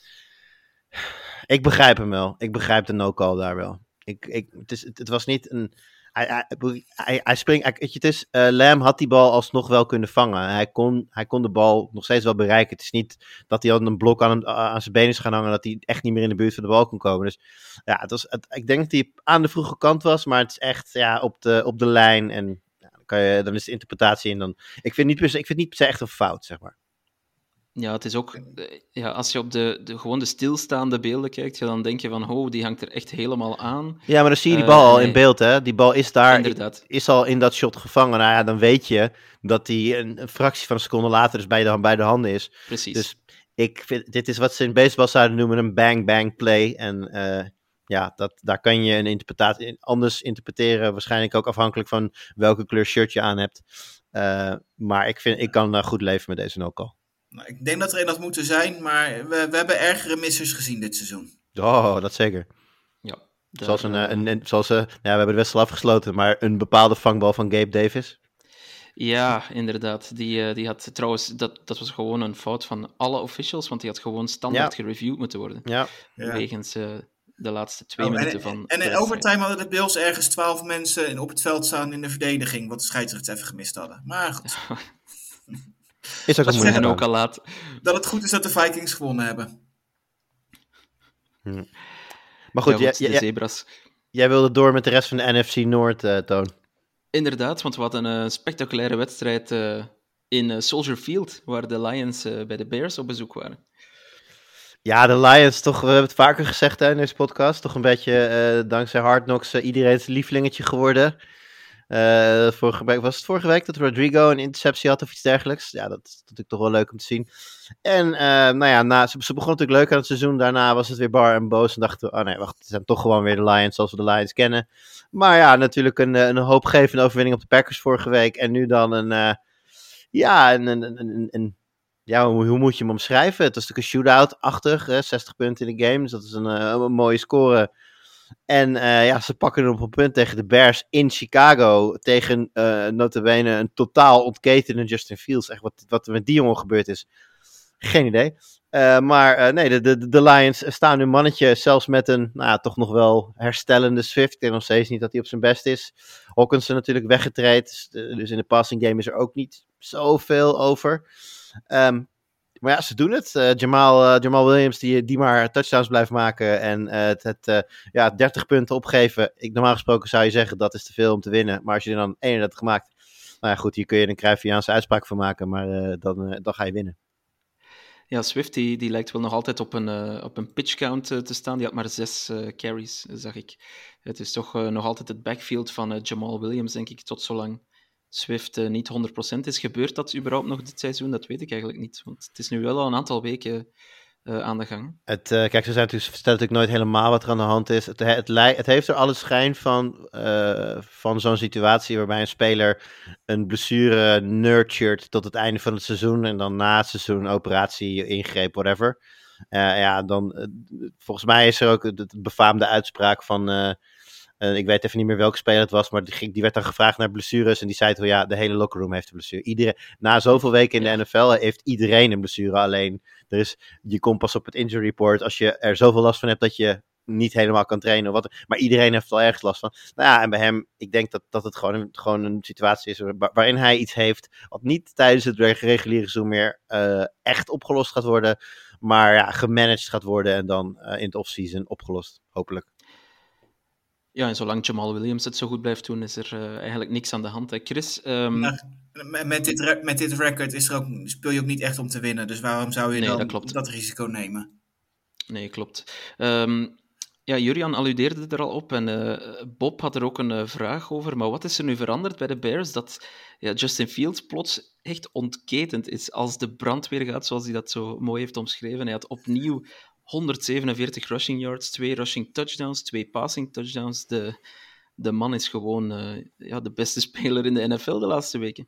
ik begrijp hem wel. Ik begrijp de no-call daar wel. Ik, ik, het, is, het, het was niet een... Hij, hij, hij, hij springt... Weet je, het is, uh, Lamb had die bal alsnog wel kunnen vangen. Hij kon, hij kon de bal nog steeds wel bereiken. Het is niet dat hij al een blok aan, hem, aan zijn benen is gaan hangen... dat hij echt niet meer in de buurt van de bal kon komen. Dus ja, het was, het, ik denk dat hij aan de vroege kant was... maar het is echt ja, op, de, op de lijn en... Kan je, dan is de interpretatie in dan... Ik vind niet per se, ik vind niet per se echt een fout, zeg maar. Ja, het is ook... Ja, als je op de, de, gewoon de stilstaande beelden kijkt, ja, dan denk je van, oh, die hangt er echt helemaal aan. Ja, maar dan zie je die bal uh, al nee. in beeld, hè. Die bal is daar, Inderdaad. is al in dat shot gevangen. Nou ja, dan weet je dat die een, een fractie van een seconde later dus bij de, bij de handen is. Precies. Dus ik vind, dit is wat ze in baseball zouden noemen een bang-bang play. En uh, ja, dat, daar kan je een interpretatie anders interpreteren. Waarschijnlijk ook afhankelijk van welke kleur shirt je aan hebt. Uh, maar ik, vind, ik kan uh, goed leven met deze no-call. Nou, ik denk dat er een had moeten zijn, maar we, we hebben ergere missers gezien dit seizoen. Oh, dat zeker. Ja. Daar, zoals een, een, een zoals een, nou ja, we hebben de wedstrijd afgesloten, maar een bepaalde vangbal van Gabe Davis. Ja, inderdaad. Die, die had trouwens, dat, dat was gewoon een fout van alle officials, want die had gewoon standaard ja. gereviewd moeten worden. Ja. Wegens uh, de laatste twee oh, minuten en, van... En in overtime hadden de Bills ergens twaalf mensen op het veld staan in de verdediging, wat de scheidsrechters even gemist hadden. Maar goed. Is ook, een en ook al laat. Dat het goed is dat de Vikings gewonnen hebben. Hm. Maar goed, ja, jij, goed de jij, zebras. jij wilde door met de rest van de N F C Noord, uh, Toon. Inderdaad, want we hadden een spectaculaire wedstrijd uh, in uh, Soldier Field, waar de Lions uh, bij de Bears op bezoek waren. Ja, de Lions, toch, we hebben het vaker gezegd hè, in deze podcast, toch een beetje uh, dankzij Hard Knocks uh, iedereen's lievelingetje geworden. Uh, vorige week, was het vorige week dat Rodrigo een interceptie had of iets dergelijks? Ja, dat is natuurlijk toch wel leuk om te zien. En uh, nou ja, na, ze, ze begon natuurlijk leuk aan het seizoen. Daarna was het weer bar en boos en dachten we, oh nee, wacht, het zijn toch gewoon weer de Lions zoals we de Lions kennen. Maar ja, natuurlijk een, een hoopgevende overwinning op de Packers vorige week. En nu dan een, uh, ja, een, een, een, een, een ja, hoe, hoe moet je hem omschrijven? Het was natuurlijk een shootout-achtig, hè, zestig punten in de game. Dus dat is een, uh, een mooie score. En uh, ja, ze pakken er op een punt tegen de Bears in Chicago. Tegen uh, nota bene een totaal ontketende Justin Fields. Echt wat, wat er met die jongen gebeurd is. Geen idee. Uh, maar uh, nee, de, de, de Lions staan nu mannetje, zelfs met een nou ja, toch nog wel herstellende Swift. Ik denk nog steeds niet dat hij op zijn best is. Hawkinson natuurlijk weggetraind, dus in de passing game is er ook niet zoveel over. Um, maar ja, ze doen het. Uh, Jamal, uh, Jamal Williams die, die maar touchdowns blijft maken en uh, het, het uh, ja, dertig punten opgeven. Ik, normaal gesproken zou je zeggen dat is te veel om te winnen. Maar als je er dan eenendertig maakt, nou ja goed, hier kun je een Cruyffiaanse uitspraak van maken, maar uh, dan, uh, dan ga je winnen. Ja, Swift die, die lijkt wel nog altijd op een, uh, op een pitch count uh, te staan. Die had maar zes uh, carries, zag ik. Het is toch uh, nog altijd het backfield van uh, Jamal Williams, denk ik, tot zolang Swift uh, niet honderd procent is. Gebeurt dat überhaupt nog dit seizoen? Dat weet ik eigenlijk niet. Want het is nu wel al een aantal weken uh, aan de gang. Het, uh, kijk, ze zijn natuurlijk, vertellen natuurlijk nooit helemaal wat er aan de hand is. Het, het, het, het heeft er alle schijn van, uh, van zo'n situatie waarbij een speler een blessure nurtured tot het einde van het seizoen en dan na het seizoen operatie, ingreep, whatever. Uh, ja, dan, uh, volgens mij is er ook de, de befaamde uitspraak van... Uh, Uh, ik weet even niet meer welke speler het was, maar die, die werd dan gevraagd naar blessures en die zei toch, ja, de hele lockerroom heeft een blessure. Iedereen, na zoveel weken in de N F L heeft iedereen een blessure, alleen er is, je komt pas op het injury report als je er zoveel last van hebt dat je niet helemaal kan trainen. Of wat, maar iedereen heeft er wel ergens last van. Nou ja, en bij hem, ik denk dat, dat het gewoon een, gewoon een situatie is waar, waarin hij iets heeft wat niet tijdens het reguliere seizoen meer uh, echt opgelost gaat worden, maar ja, gemanaged gaat worden en dan uh, in het offseason opgelost, hopelijk. Ja, en zolang Jamal Williams het zo goed blijft doen, is er uh, eigenlijk niks aan de hand. Hè. Chris? Um... Nou, met, dit, met dit record is er ook, speel je ook niet echt om te winnen. Dus waarom zou je nee, dan dat, dat risico nemen? Nee, klopt. Um, ja, Jurian alludeerde er al op en uh, Bob had er ook een uh, vraag over. Maar wat is er nu veranderd bij de Bears dat ja, Justin Fields plots echt ontketend is als de brandweer gaat, zoals hij dat zo mooi heeft omschreven. Hij had opnieuw honderdzevenenveertig rushing yards, twee rushing touchdowns, twee passing touchdowns. De, de man is gewoon uh, ja, de beste speler in de N F L de laatste weken.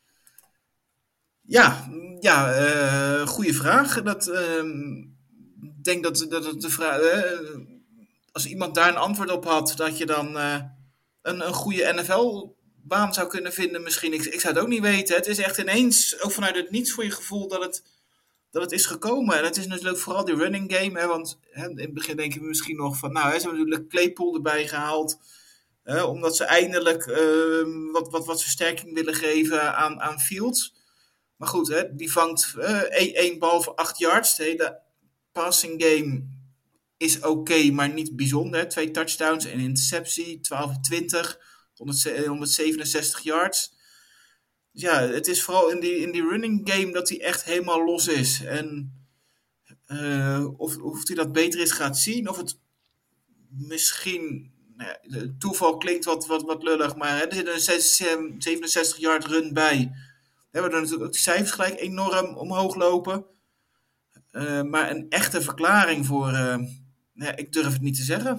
Ja, ja uh, goede vraag. Dat, uh, ik denk dat, dat het de vraag... Uh, als iemand daar een antwoord op had, dat je dan uh, een, een goede N F L-baan zou kunnen vinden misschien. Ik, ik zou het ook niet weten. Het is echt ineens, ook vanuit het niets voor je gevoel, dat het... dat het is gekomen. En het is natuurlijk vooral die running game. Hè, want hè, in het begin denken we misschien nog van... nou, hè, ze hebben natuurlijk Claypool erbij gehaald. Hè, omdat ze eindelijk uh, wat, wat, wat versterking willen geven aan, aan Fields. Maar goed, hè, die vangt uh, één bal voor acht yards. De hele passing game is oké, okay, maar niet bijzonder. Hè. Twee touchdowns en interceptie. twaalf twintig. honderdzevenenzestig yards. Ja, het is vooral in die, in die running game dat hij echt helemaal los is. En uh, of, of hij dat beter is gaat zien, of het misschien... Nou ja, het toeval klinkt wat, wat, wat lullig, maar hè, er zit een zevenenzestig yard run bij. We hebben natuurlijk ook die cijfers gelijk enorm omhoog lopen. Uh, maar een echte verklaring voor... Uh, ja, ik durf het niet te zeggen.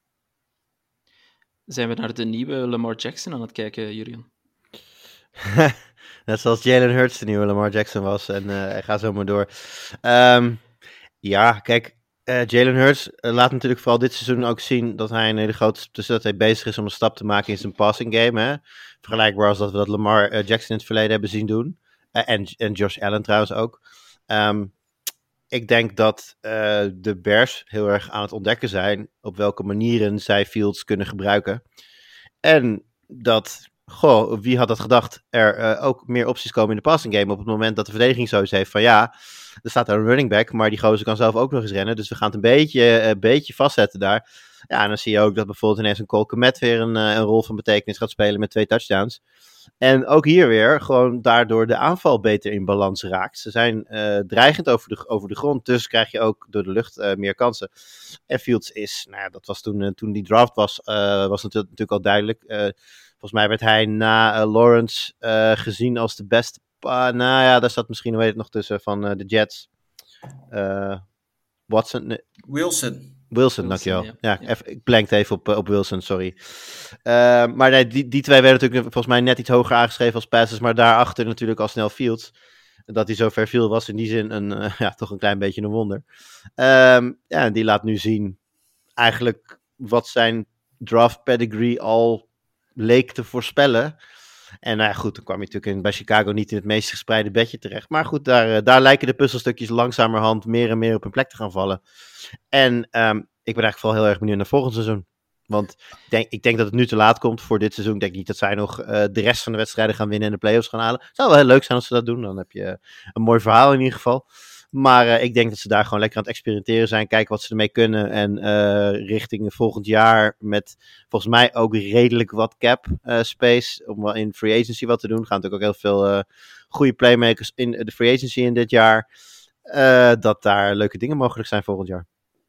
Zijn we naar de nieuwe Lamar Jackson aan het kijken, Jurian? Net zoals Jalen Hurts de nieuwe Lamar Jackson was. En uh, hij gaat zo maar door. Um, ja, kijk. Uh, Jalen Hurts uh, laat natuurlijk vooral dit seizoen ook zien dat hij een hele grote... Dus dat hij bezig is om een stap te maken in zijn passing game. Hè? Vergelijkbaar als dat we dat Lamar uh, Jackson in het verleden hebben zien doen. Uh, en, en Josh Allen trouwens ook. Um, ik denk dat uh, de Bears heel erg aan het ontdekken zijn op welke manieren zij Fields kunnen gebruiken. En dat... Goh, wie had dat gedacht? Er uh, ook meer opties komen in de passing game op het moment dat de verdediging zoiets heeft van ja, er staat daar een running back, maar die gozer kan zelf ook nog eens rennen, dus we gaan het een beetje, uh, beetje vastzetten daar. Ja, en dan zie je ook dat bijvoorbeeld ineens een Cole Kmet weer een, uh, een rol van betekenis gaat spelen met twee touchdowns. En ook hier weer gewoon daardoor de aanval beter in balans raakt. Ze zijn uh, dreigend over de, over de grond, dus krijg je ook door de lucht uh, meer kansen. En Fields is, nou ja, dat was toen, uh, toen die draft was, uh, was natuurlijk, natuurlijk al duidelijk. Uh, Volgens mij werd hij na uh, Lawrence uh, gezien als de beste... Uh, nou ja, daar zat misschien, weet het nog tussen, van uh, de Jets. Uh, Watson? Nee. Wilson. Wilson, dankjewel. Ja, ja. ja. Even, ik blankte even op, uh, op Wilson, sorry. Uh, maar nee, die, die twee werden natuurlijk volgens mij net iets hoger aangeschreven als passes, maar daarachter natuurlijk al snel Fields. Dat hij zo ver viel was in die zin een, uh, ja, toch een klein beetje een wonder. Um, ja, die laat nu zien eigenlijk wat zijn draft pedigree al leek te voorspellen. En nou ja, goed, dan kwam hij natuurlijk in, bij Chicago niet in het meest gespreide bedje terecht. Maar goed, daar, daar lijken de puzzelstukjes langzamerhand meer en meer op hun plek te gaan vallen. En um, ik ben eigenlijk vooral heel erg benieuwd naar volgend seizoen. Want ik denk, ik denk dat het nu te laat komt voor dit seizoen. Ik denk niet dat zij nog uh, de rest van de wedstrijden gaan winnen en de play-offs gaan halen. Het zou wel heel leuk zijn als ze dat doen. Dan heb je een mooi verhaal in ieder geval. Maar uh, ik denk dat ze daar gewoon lekker aan het experimenteren zijn. Kijken wat ze ermee kunnen. En uh, richting volgend jaar met volgens mij ook redelijk wat cap uh, space. Om wel in free agency wat te doen. Er gaan natuurlijk ook heel veel uh, goede playmakers in de free agency in dit jaar. Uh, dat daar leuke dingen mogelijk zijn volgend jaar.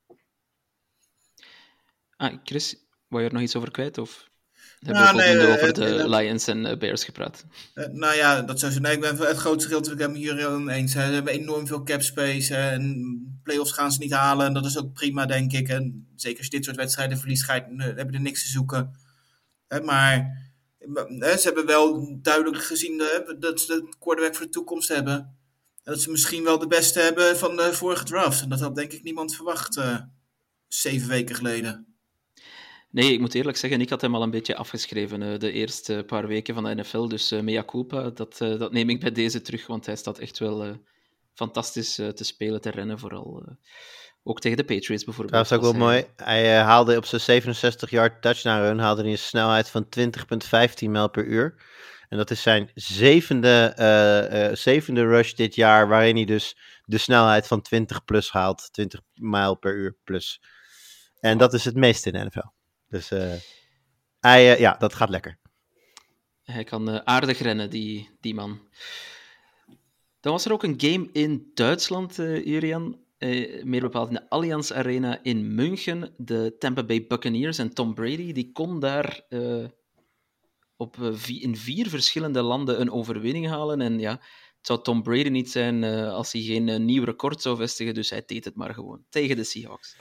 Ah, Chris, wou je er nog iets over kwijt? Of hebben Nou, we voldoende nee, over uh, de uh, Lions en uh, Bears gepraat? Uh, nou ja, dat zou zo. Nee, ik ben het grootste gedeelte ik ben hier heel eens. Hè. Ze hebben enorm veel cap space. Hè, en playoffs gaan ze niet halen. En dat is ook prima, denk ik. En zeker als je dit soort wedstrijden verliest, ga je, uh, heb je er niks te zoeken. Uh, maar uh, ze hebben wel duidelijk gezien uh, dat ze de quarterback voor de toekomst hebben. En dat ze misschien wel de beste hebben van de vorige draft. En dat had denk ik niemand verwacht uh, zeven weken geleden. Nee, ik moet eerlijk zeggen, ik had hem al een beetje afgeschreven uh, de eerste paar weken van de N F L. Dus uh, mea culpa, dat, uh, dat neem ik bij deze terug, want hij staat echt wel uh, fantastisch uh, te spelen, te rennen vooral. Uh, ook tegen de Patriots bijvoorbeeld. Dat is ook wel hij... mooi. Hij uh, haalde op zijn zevenenzestig yard touchdown run haalde hij een snelheid van twintig komma vijftien mijl per uur. En dat is zijn zevende, uh, uh, zevende rush dit jaar, waarin hij dus de snelheid van twintig plus haalt. twintig mijl per uur plus. En dat is het meeste in de N F L. Dus uh, hij, uh, ja, dat gaat lekker. Hij kan uh, aardig rennen, die, die man. Dan was er ook een game in Duitsland, uh, Jurian. Uh, meer bepaald in de Allianz Arena in München. De Tampa Bay Buccaneers en Tom Brady, die kon daar uh, op, uh, v- in vier verschillende landen een overwinning halen. En ja, het zou Tom Brady niet zijn uh, als hij geen uh, nieuw record zou vestigen. Dus hij deed het maar gewoon tegen de Seahawks.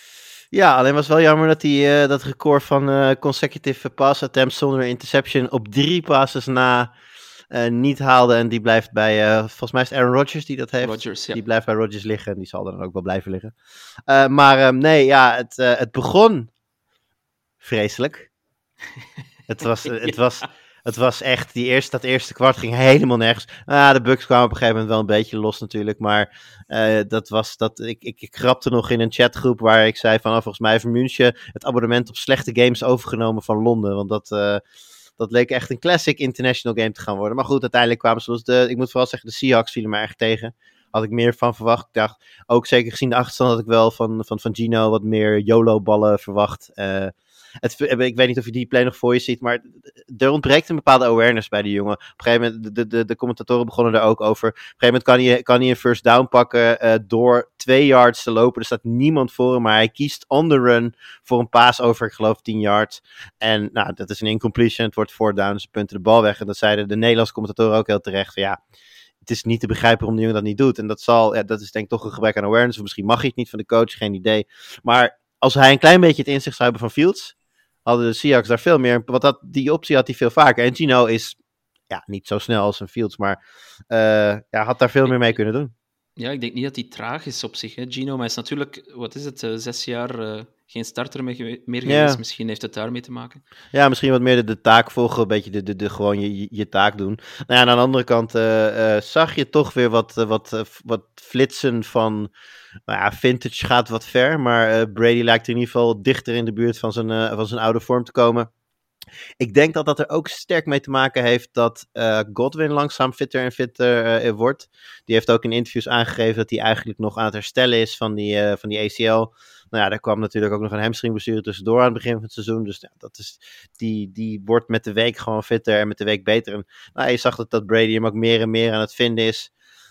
Ja, alleen was wel jammer dat hij uh, dat record van uh, consecutive pass attempts zonder interception op drie passes na uh, niet haalde. En die blijft bij, uh, volgens mij is het Aaron Rodgers die dat heeft. Rodgers, ja. Die blijft bij Rodgers liggen en die zal dan ook wel blijven liggen. Uh, maar um, nee, ja, het, uh, het begon vreselijk. het, was, uh, het, was, het was echt, die eerste, dat eerste kwart ging helemaal nergens. Ah, de Bucks kwamen op een gegeven moment wel een beetje los natuurlijk, maar uh, dat was, dat, ik, ik, ik grapte nog in een chatgroep waar ik zei van, oh, volgens mij heeft München het abonnement op slechte games overgenomen van Londen, want dat, uh, dat leek echt een classic international game te gaan worden. Maar goed, uiteindelijk kwamen ze los. De, ik moet vooral zeggen, de Seahawks vielen me echt tegen. Had ik meer van verwacht. Ik dacht, ook zeker gezien de achterstand had ik wel van, van, van Gino wat meer YOLO-ballen verwacht. Uh, Het, ik weet niet of je die play nog voor je ziet, maar er ontbreekt een bepaalde awareness bij die jongen. Op een gegeven moment, de, de, de commentatoren begonnen er ook over. Op een gegeven moment kan hij, kan hij een first down pakken uh, door twee yards te lopen. Er staat niemand voor hem, maar hij kiest on the run voor een paas over, ik geloof, tien yards. En nou, dat is een incompletion, het wordt fourth down, ze punten de bal weg. En dat zeiden de Nederlandse commentatoren ook heel terecht. Van, ja, het is niet te begrijpen waarom de jongen dat niet doet. En dat zal, ja, dat is denk ik toch een gebrek aan awareness. Of misschien mag hij het niet van de coach, geen idee. Maar als hij een klein beetje het inzicht zou hebben van Fields, hadden de Seahawks daar veel meer, want dat, die optie had hij veel vaker. En Gino is ja, niet zo snel als een Fields, maar uh, ja, had daar veel meer mee kunnen doen. Ja, ik denk niet dat hij traag is op zich, hè, Gino. Maar hij is natuurlijk, wat is het, uh, zes jaar uh, geen starter meer, ge- meer geweest. Ja. Misschien heeft het daarmee te maken. Ja, misschien wat meer de, de taak volgen, een beetje de, de, de, gewoon je, je taak doen. Nou ja, en aan de andere kant uh, uh, zag je toch weer wat, uh, wat, uh, wat flitsen van, nou ja, vintage gaat wat ver, maar uh, Brady lijkt in ieder geval dichter in de buurt van zijn, uh, van zijn oude vorm te komen. Ik denk dat dat er ook sterk mee te maken heeft dat uh, Godwin langzaam fitter en fitter uh, wordt. Die heeft ook in interviews aangegeven dat hij eigenlijk nog aan het herstellen is van die, uh, van die A C L. Nou ja, daar kwam natuurlijk ook nog een hamstringblessure tussendoor aan het begin van het seizoen. Dus ja, dat is, die, die wordt met de week gewoon fitter en met de week beter. En nou, je zag dat, dat Brady hem ook meer en meer aan het vinden is.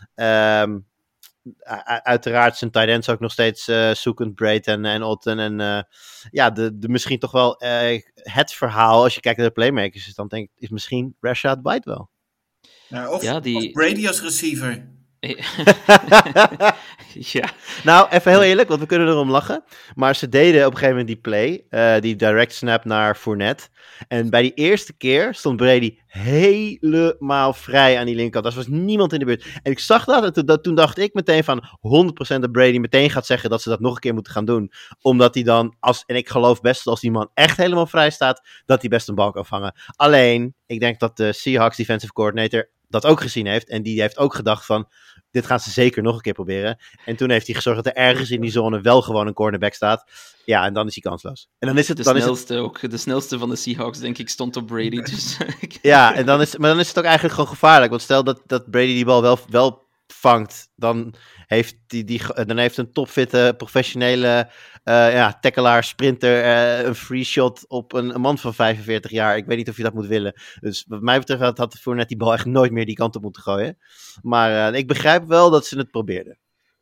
Um, Uiteraard zijn tight ends ook nog steeds uh, zoekend, Braid en, en Otten. En uh, ja, de, de, misschien toch wel uh, het verhaal, als je kijkt naar de playmakers, is dan denk ik, is misschien Rashad White wel. Ja, of, ja, die... of Brady als receiver. Ja. Nou, even heel eerlijk, want we kunnen erom lachen. Maar ze deden op een gegeven moment die play, uh, die direct snap naar Fournette. En bij die eerste keer stond Brady helemaal vrij aan die linkerkant. Er was niemand in de buurt. En ik zag dat en toen, toen dacht ik meteen van honderd procent dat Brady meteen gaat zeggen dat ze dat nog een keer moeten gaan doen. Omdat hij dan, als, en ik geloof best als die man echt helemaal vrij staat, dat hij best een bal kan vangen. Alleen, ik denk dat de Seahawks defensive coordinator dat ook gezien heeft. En die heeft ook gedacht van, dit gaan ze zeker nog een keer proberen. En toen heeft hij gezorgd dat er ergens in die zone wel gewoon een cornerback staat. Ja, en dan is hij kansloos. En dan is het, de dan snelste is het... ook. De snelste van de Seahawks, denk ik, stond op Brady. Dus... ja, en dan is, maar dan is het ook eigenlijk gewoon gevaarlijk. Want stel dat, dat Brady die bal wel, wel vangt, dan heeft, die, die, dan heeft een topfitte, professionele uh, ja, tackelaar, sprinter, uh, een free shot op een, een man van vijfenveertig jaar. Ik weet niet of je dat moet willen. Dus wat mij betreft had, had Fournette die bal echt nooit meer die kant op moeten gooien. Maar uh, ik begrijp wel dat ze het probeerden.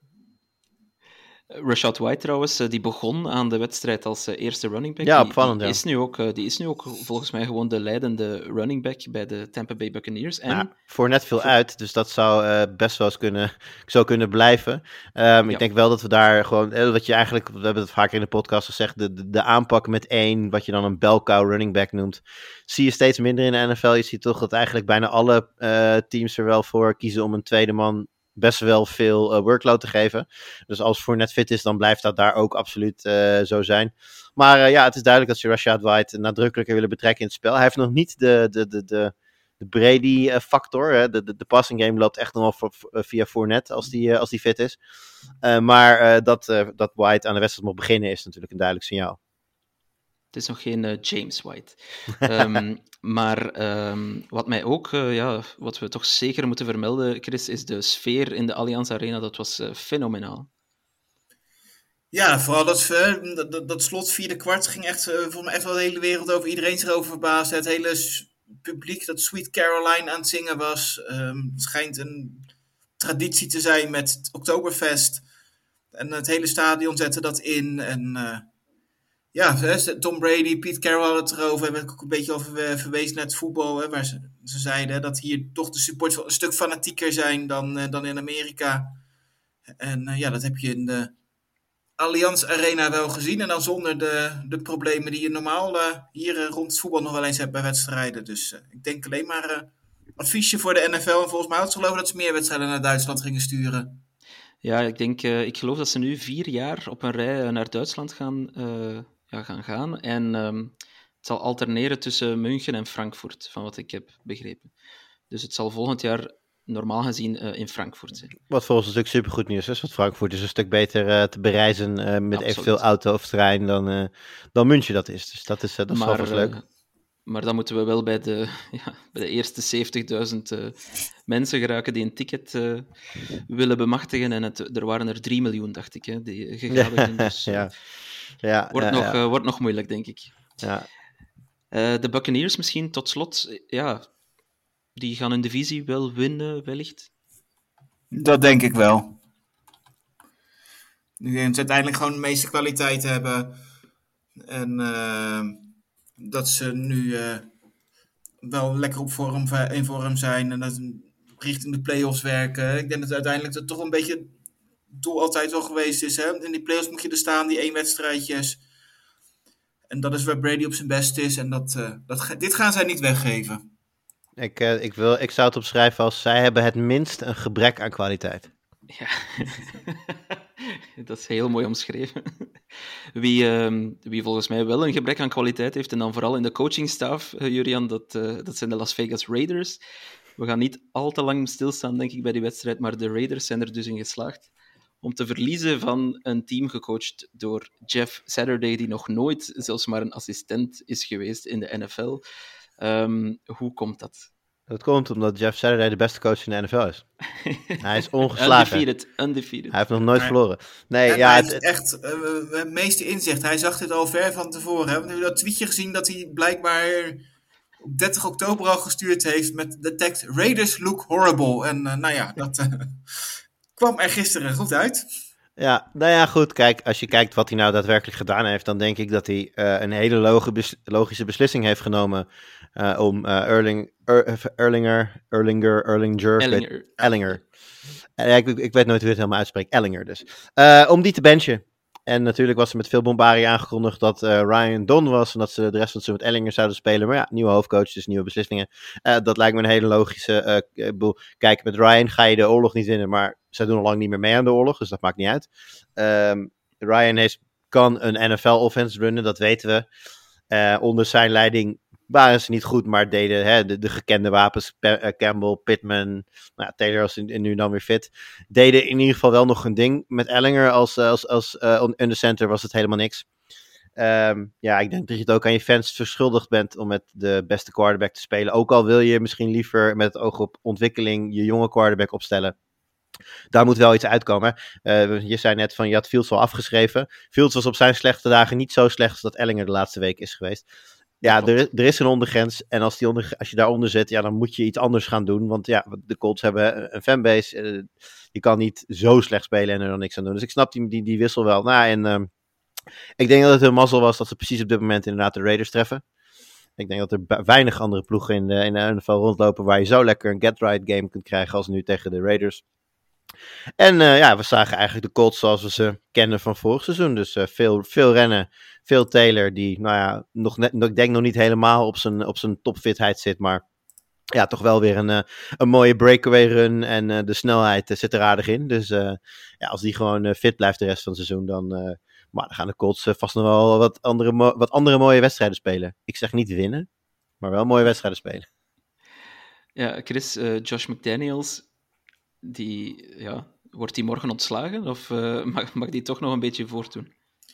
Rashad White trouwens, die begon aan de wedstrijd als eerste running back. Ja, opvallend, die, die, ja. is nu ook, die is nu ook volgens mij gewoon de leidende running back bij de Tampa Bay Buccaneers. En ja, Fournette viel uit, dus dat zou uh, best wel eens kunnen, zou kunnen blijven. Um, ja. Ik denk wel dat we daar gewoon, uh, wat je eigenlijk, we hebben het vaker in de podcast gezegd, de, de, de aanpak met één, wat je dan een bell cow running back noemt, zie je steeds minder in de N F L. Je ziet toch dat eigenlijk bijna alle uh, teams er wel voor kiezen om een tweede man best wel veel uh, workload te geven. Dus als Fournette fit is, dan blijft dat daar ook absoluut uh, zo zijn. Maar uh, ja, het is duidelijk dat ze Rashad White nadrukkelijker willen betrekken in het spel. Hij heeft nog niet de, de, de, de, de Brady-factor. Uh, de, de, de passing game loopt echt nog wel voor, uh, via Fournette als die, uh, als die fit is. Uh, maar uh, dat, uh, dat White aan de wedstrijd mag beginnen is natuurlijk een duidelijk signaal. Het is nog geen uh, James White. Um, maar um, wat mij ook, uh, ja, wat we toch zeker moeten vermelden, Chris, is de sfeer in de Allianz Arena. Dat was uh, fenomenaal. Ja, vooral dat, uh, dat, dat slot vierde kwart ging echt, uh, volgens mij echt wel de hele wereld over. Iedereen zich erover verbaasde. Het hele publiek dat Sweet Caroline aan het zingen was. Um, het schijnt een traditie te zijn met het Oktoberfest. En het hele stadion zette dat in. En uh, ja, Tom Brady, Pete Carroll hadden het erover. Hebben we ook een beetje over verwezen naar het voetbal. Hè, waar ze, ze zeiden dat hier toch de supporters wel een stuk fanatieker zijn dan, uh, dan in Amerika. En uh, ja, dat heb je in de Allianz Arena wel gezien. En dan zonder de, de problemen die je normaal uh, hier uh, rond het voetbal nog wel eens hebt bij wedstrijden. Dus uh, ik denk alleen maar uh, adviesje voor de N F L. En volgens mij had ze geloven dat ze meer wedstrijden naar Duitsland gingen sturen. Ja, ik denk, uh, ik geloof dat ze nu vier jaar op een rij naar Duitsland gaan, uh, ja, gaan gaan. En um, het zal alterneren tussen München en Frankfurt, van wat ik heb begrepen. Dus het zal volgend jaar normaal gezien uh, in Frankfurt zijn. Wat voor ons natuurlijk supergoed nieuws is, want Frankfurt is een stuk beter uh, te bereizen uh, met ja, evenveel auto of trein dan, uh, dan München dat is. Dus dat is, uh, dat is maar, wel leuk. Uh, maar dan moeten we wel bij de, ja, bij de eerste zeventigduizend uh, mensen geraken die een ticket uh, willen bemachtigen. En het, er waren er drie miljoen, dacht ik, hè, die gegaan zijn. Dus uh, ja. Ja, wordt, ja, nog, ja. Uh, wordt nog moeilijk, denk ik. Ja. Uh, de Buccaneers misschien tot slot, ja, die gaan hun divisie wel winnen, wellicht. Dat denk ik wel. Ik denk dat ze uiteindelijk gewoon de meeste kwaliteit hebben. En uh, dat ze nu uh, wel lekker op vorm, in vorm zijn. En dat ze richting de play-offs werken. Ik denk dat uiteindelijk dat toch een beetje het doel altijd wel geweest is. Hè? In die play-offs moet je er staan, die één wedstrijdjes. En dat is waar Brady op zijn best is. En dat, uh, dat, dit gaan zij niet weggeven. Ik, uh, ik, wil, ik zou het opschrijven als zij hebben het minst een gebrek aan kwaliteit. Ja, dat is heel mooi omschreven. Wie, uh, wie volgens mij wel een gebrek aan kwaliteit heeft, en dan vooral in de coachingstaf, uh, Jurian, dat, uh, dat zijn de Las Vegas Raiders. We gaan niet al te lang stilstaan, denk ik, bij die wedstrijd, maar de Raiders zijn er dus in geslaagd om te verliezen van een team gecoacht door Jeff Saturday, die nog nooit zelfs maar een assistent is geweest in de N F L. Um, hoe komt dat? Dat komt omdat Jeff Saturday de beste coach in de N F L is. Hij is ongeslagen. Undefeated, undefeated. Hij heeft nog nooit Nee. verloren. Nee, En ja, hij het, heeft echt uh, het meeste inzicht. Hij zag dit al ver van tevoren. Hè? Want we hebben dat tweetje gezien dat hij blijkbaar op dertig oktober al gestuurd heeft met de tekst Raiders look horrible. En uh, nou ja, dat uh, kwam er gisteren goed uit. Ja, nou ja, goed. Kijk, als je kijkt wat hij nou daadwerkelijk gedaan heeft, dan denk ik dat hij uh, een hele logi- bes- logische beslissing heeft genomen Uh, om uh, Erling, er, Erlinger, Erlinger, Erlinger, Ellinger. Weet, Ellinger. Uh, ik, ik weet nooit hoe je het helemaal uitspreekt. Ellinger dus. Uh, om die te benchen. En natuurlijk was er met veel bombarie aangekondigd dat uh, Ryan Don was. En dat ze de rest van het seizoen met Ellinger zouden spelen. Maar ja, nieuwe hoofdcoach, dus nieuwe beslissingen. Uh, dat lijkt me een hele logische uh, boel. Kijk, met Ryan ga je de oorlog niet winnen. Maar zij doen al lang niet meer mee aan de oorlog. Dus dat maakt niet uit. Um, Ryan heeft, kan een N F L-offense runnen, dat weten we. Uh, onder zijn leiding waren ze niet goed, maar deden hè, de, de gekende wapens. Pe- uh, Campbell, Pittman, nou, Taylor was in, nu dan weer fit. Deden in ieder geval wel nog een ding. Met Ellinger als, als, als uh, undercenter was het helemaal niks. Um, ja, ik denk dat je het ook aan je fans verschuldigd bent om met de beste quarterback te spelen. Ook al wil je misschien liever met het oog op ontwikkeling je jonge quarterback opstellen. Daar moet wel iets uitkomen. Uh, je zei net van, je had Fields al afgeschreven. Fields was op zijn slechte dagen niet zo slecht als dat Ellinger de laatste week is geweest. Ja, er, er is een ondergrens. En als, die onder, als je daaronder zit, ja, dan moet je iets anders gaan doen. Want ja, de Colts hebben een fanbase. Uh, je kan niet zo slecht spelen en er dan niks aan doen. Dus ik snap die, die, die wissel wel. Nou, en uh, ik denk dat het hun mazzel was dat ze precies op dit moment inderdaad de Raiders treffen. Ik denk dat er weinig andere ploegen in de, in de N F L rondlopen waar je zo lekker een get-right game kunt krijgen als nu tegen de Raiders. En uh, ja, we zagen eigenlijk de Colts zoals we ze kennen van vorig seizoen. Dus uh, veel, veel rennen, veel Taylor die, nou ja, nog net, ik denk nog niet helemaal op zijn, op zijn topfitheid zit. Maar ja, toch wel weer een, uh, een mooie breakaway run en uh, de snelheid uh, zit er aardig in. Dus uh, ja, als die gewoon uh, fit blijft de rest van het seizoen, dan, uh, maar dan gaan de Colts uh, vast nog wel wat andere, mo- wat andere mooie wedstrijden spelen. Ik zeg niet winnen, maar wel mooie wedstrijden spelen. Ja, Chris, uh, Josh McDaniels, die, ja, wordt hij morgen ontslagen? Of uh, mag, mag die toch nog een beetje voortdoen?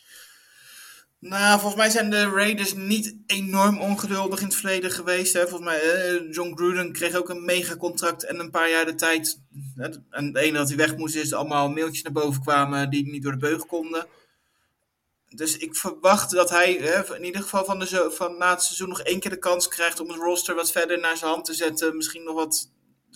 Nou, volgens mij zijn de Raiders niet enorm ongeduldig in het verleden geweest. Hè. Volgens mij, uh, John Gruden kreeg ook een megacontract en een paar jaar de tijd. Hè, en het ene dat hij weg moest is allemaal mailtjes naar boven kwamen die niet door de beugel konden. Dus ik verwacht dat hij hè, in ieder geval van, de zo- van na het seizoen nog één keer de kans krijgt om het roster wat verder naar zijn hand te zetten. Misschien nog wat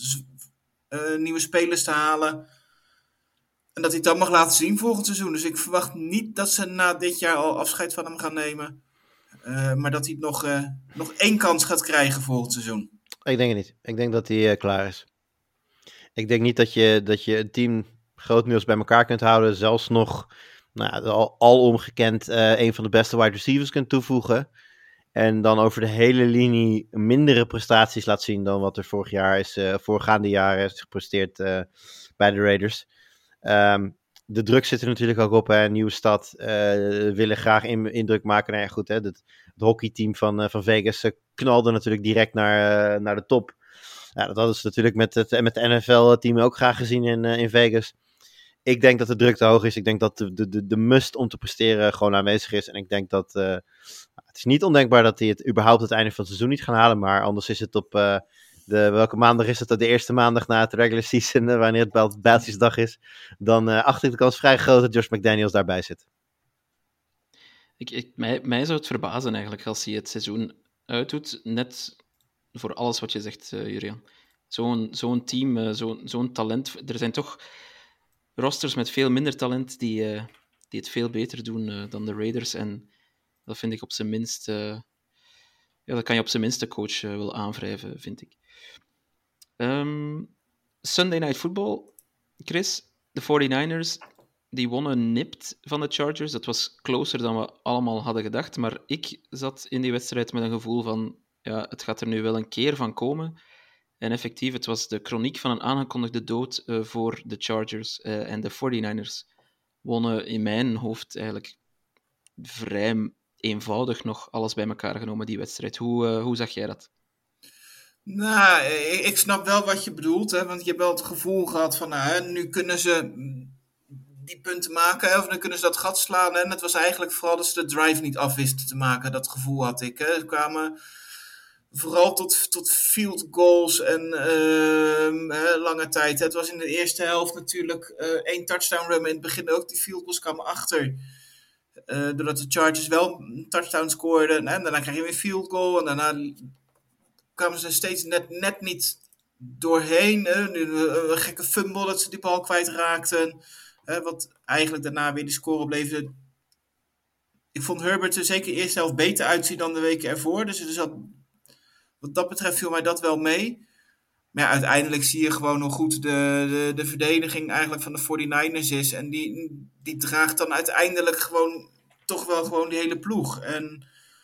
uh, nieuwe spelers te halen. En dat hij het dan mag laten zien volgend seizoen. Dus ik verwacht niet dat ze na dit jaar al afscheid van hem gaan nemen. Uh, maar dat hij nog, uh, nog één kans gaat krijgen volgend seizoen. Ik denk het niet. Ik denk dat hij uh, klaar is. Ik denk niet dat je, dat je een team grotendeels bij elkaar kunt houden. Zelfs nog nou, al, al omgekend uh, een van de beste wide receivers kunt toevoegen. En dan over de hele linie mindere prestaties laat zien dan wat er vorig jaar is, uh, voorgaande jaren is gepresteerd uh, bij de Raiders. Um, de druk zit er natuurlijk ook op. Hè. Een nieuwe stad uh, willen graag in, indruk maken. Nou ja, goed, hè. Het, het hockeyteam van, uh, van Vegas uh, knalde natuurlijk direct naar, uh, naar de top. Ja, dat hadden ze natuurlijk met het met de N F L-team ook graag gezien in, uh, in Vegas. Ik denk dat de druk te hoog is. Ik denk dat de, de, de must om te presteren gewoon aanwezig is. En ik denk dat uh, het is niet ondenkbaar dat hij het überhaupt het einde van het seizoen niet gaan halen. Maar anders is het op uh, de, welke maandag is het? De eerste maandag na het regular season, uh, wanneer het Bijltjesdag is. Dan uh, acht ik de kans vrij groot dat Josh McDaniels daarbij zit. Ik, ik, mij, mij zou het verbazen eigenlijk als hij het seizoen uitdoet. Net voor alles wat je zegt, uh, Jurian. Zo'n, zo'n team, uh, zo'n, zo'n talent. Er zijn toch rosters met veel minder talent die, uh, die het veel beter doen uh, dan de Raiders. En dat vind ik op zijn minst... Uh, ja, dat kan je op zijn minst de coach uh, wel aanwrijven, vind ik. Um, Sunday Night Football, Chris. De forty-niners, die wonnen nipt van de Chargers. Dat was closer dan we allemaal hadden gedacht. Maar ik zat in die wedstrijd met een gevoel van... Ja, het gaat er nu wel een keer van komen. En effectief, het was de chroniek van een aangekondigde dood uh, voor de Chargers. Uh, en de forty-niners wonnen in mijn hoofd eigenlijk vrij eenvoudig nog alles bij elkaar genomen, die wedstrijd. Hoe, uh, hoe zag jij dat? Nou, ik snap wel wat je bedoelt. Hè, want je hebt wel het gevoel gehad van... Nou, hè, nu kunnen ze die punten maken. Hè, of nu kunnen ze dat gat slaan. Hè, en het was eigenlijk vooral dat ze de drive niet afwisten te maken. Dat gevoel had ik. Hè. Ze kwamen... Vooral tot, tot field goals en uh, hè, lange tijd. Het was in de eerste helft natuurlijk uh, één touchdown run. In het begin ook. Die field goals kwamen achter. Uh, doordat de Chargers wel een touchdown scoorden. En daarna krijg je weer field goal. En daarna kwamen ze steeds net, net niet doorheen. Hè. Een gekke fumble dat ze die bal kwijtraakten. Uh, wat eigenlijk daarna weer die score opleverde. Ik vond Herbert er zeker de eerste helft beter uitzien dan de weken ervoor. Dus er zat... wat dat betreft viel mij dat wel mee. Maar ja, uiteindelijk zie je gewoon hoe goed de, de, de verdediging eigenlijk van de forty-niners is. En die, die draagt dan uiteindelijk gewoon toch wel gewoon die hele ploeg. En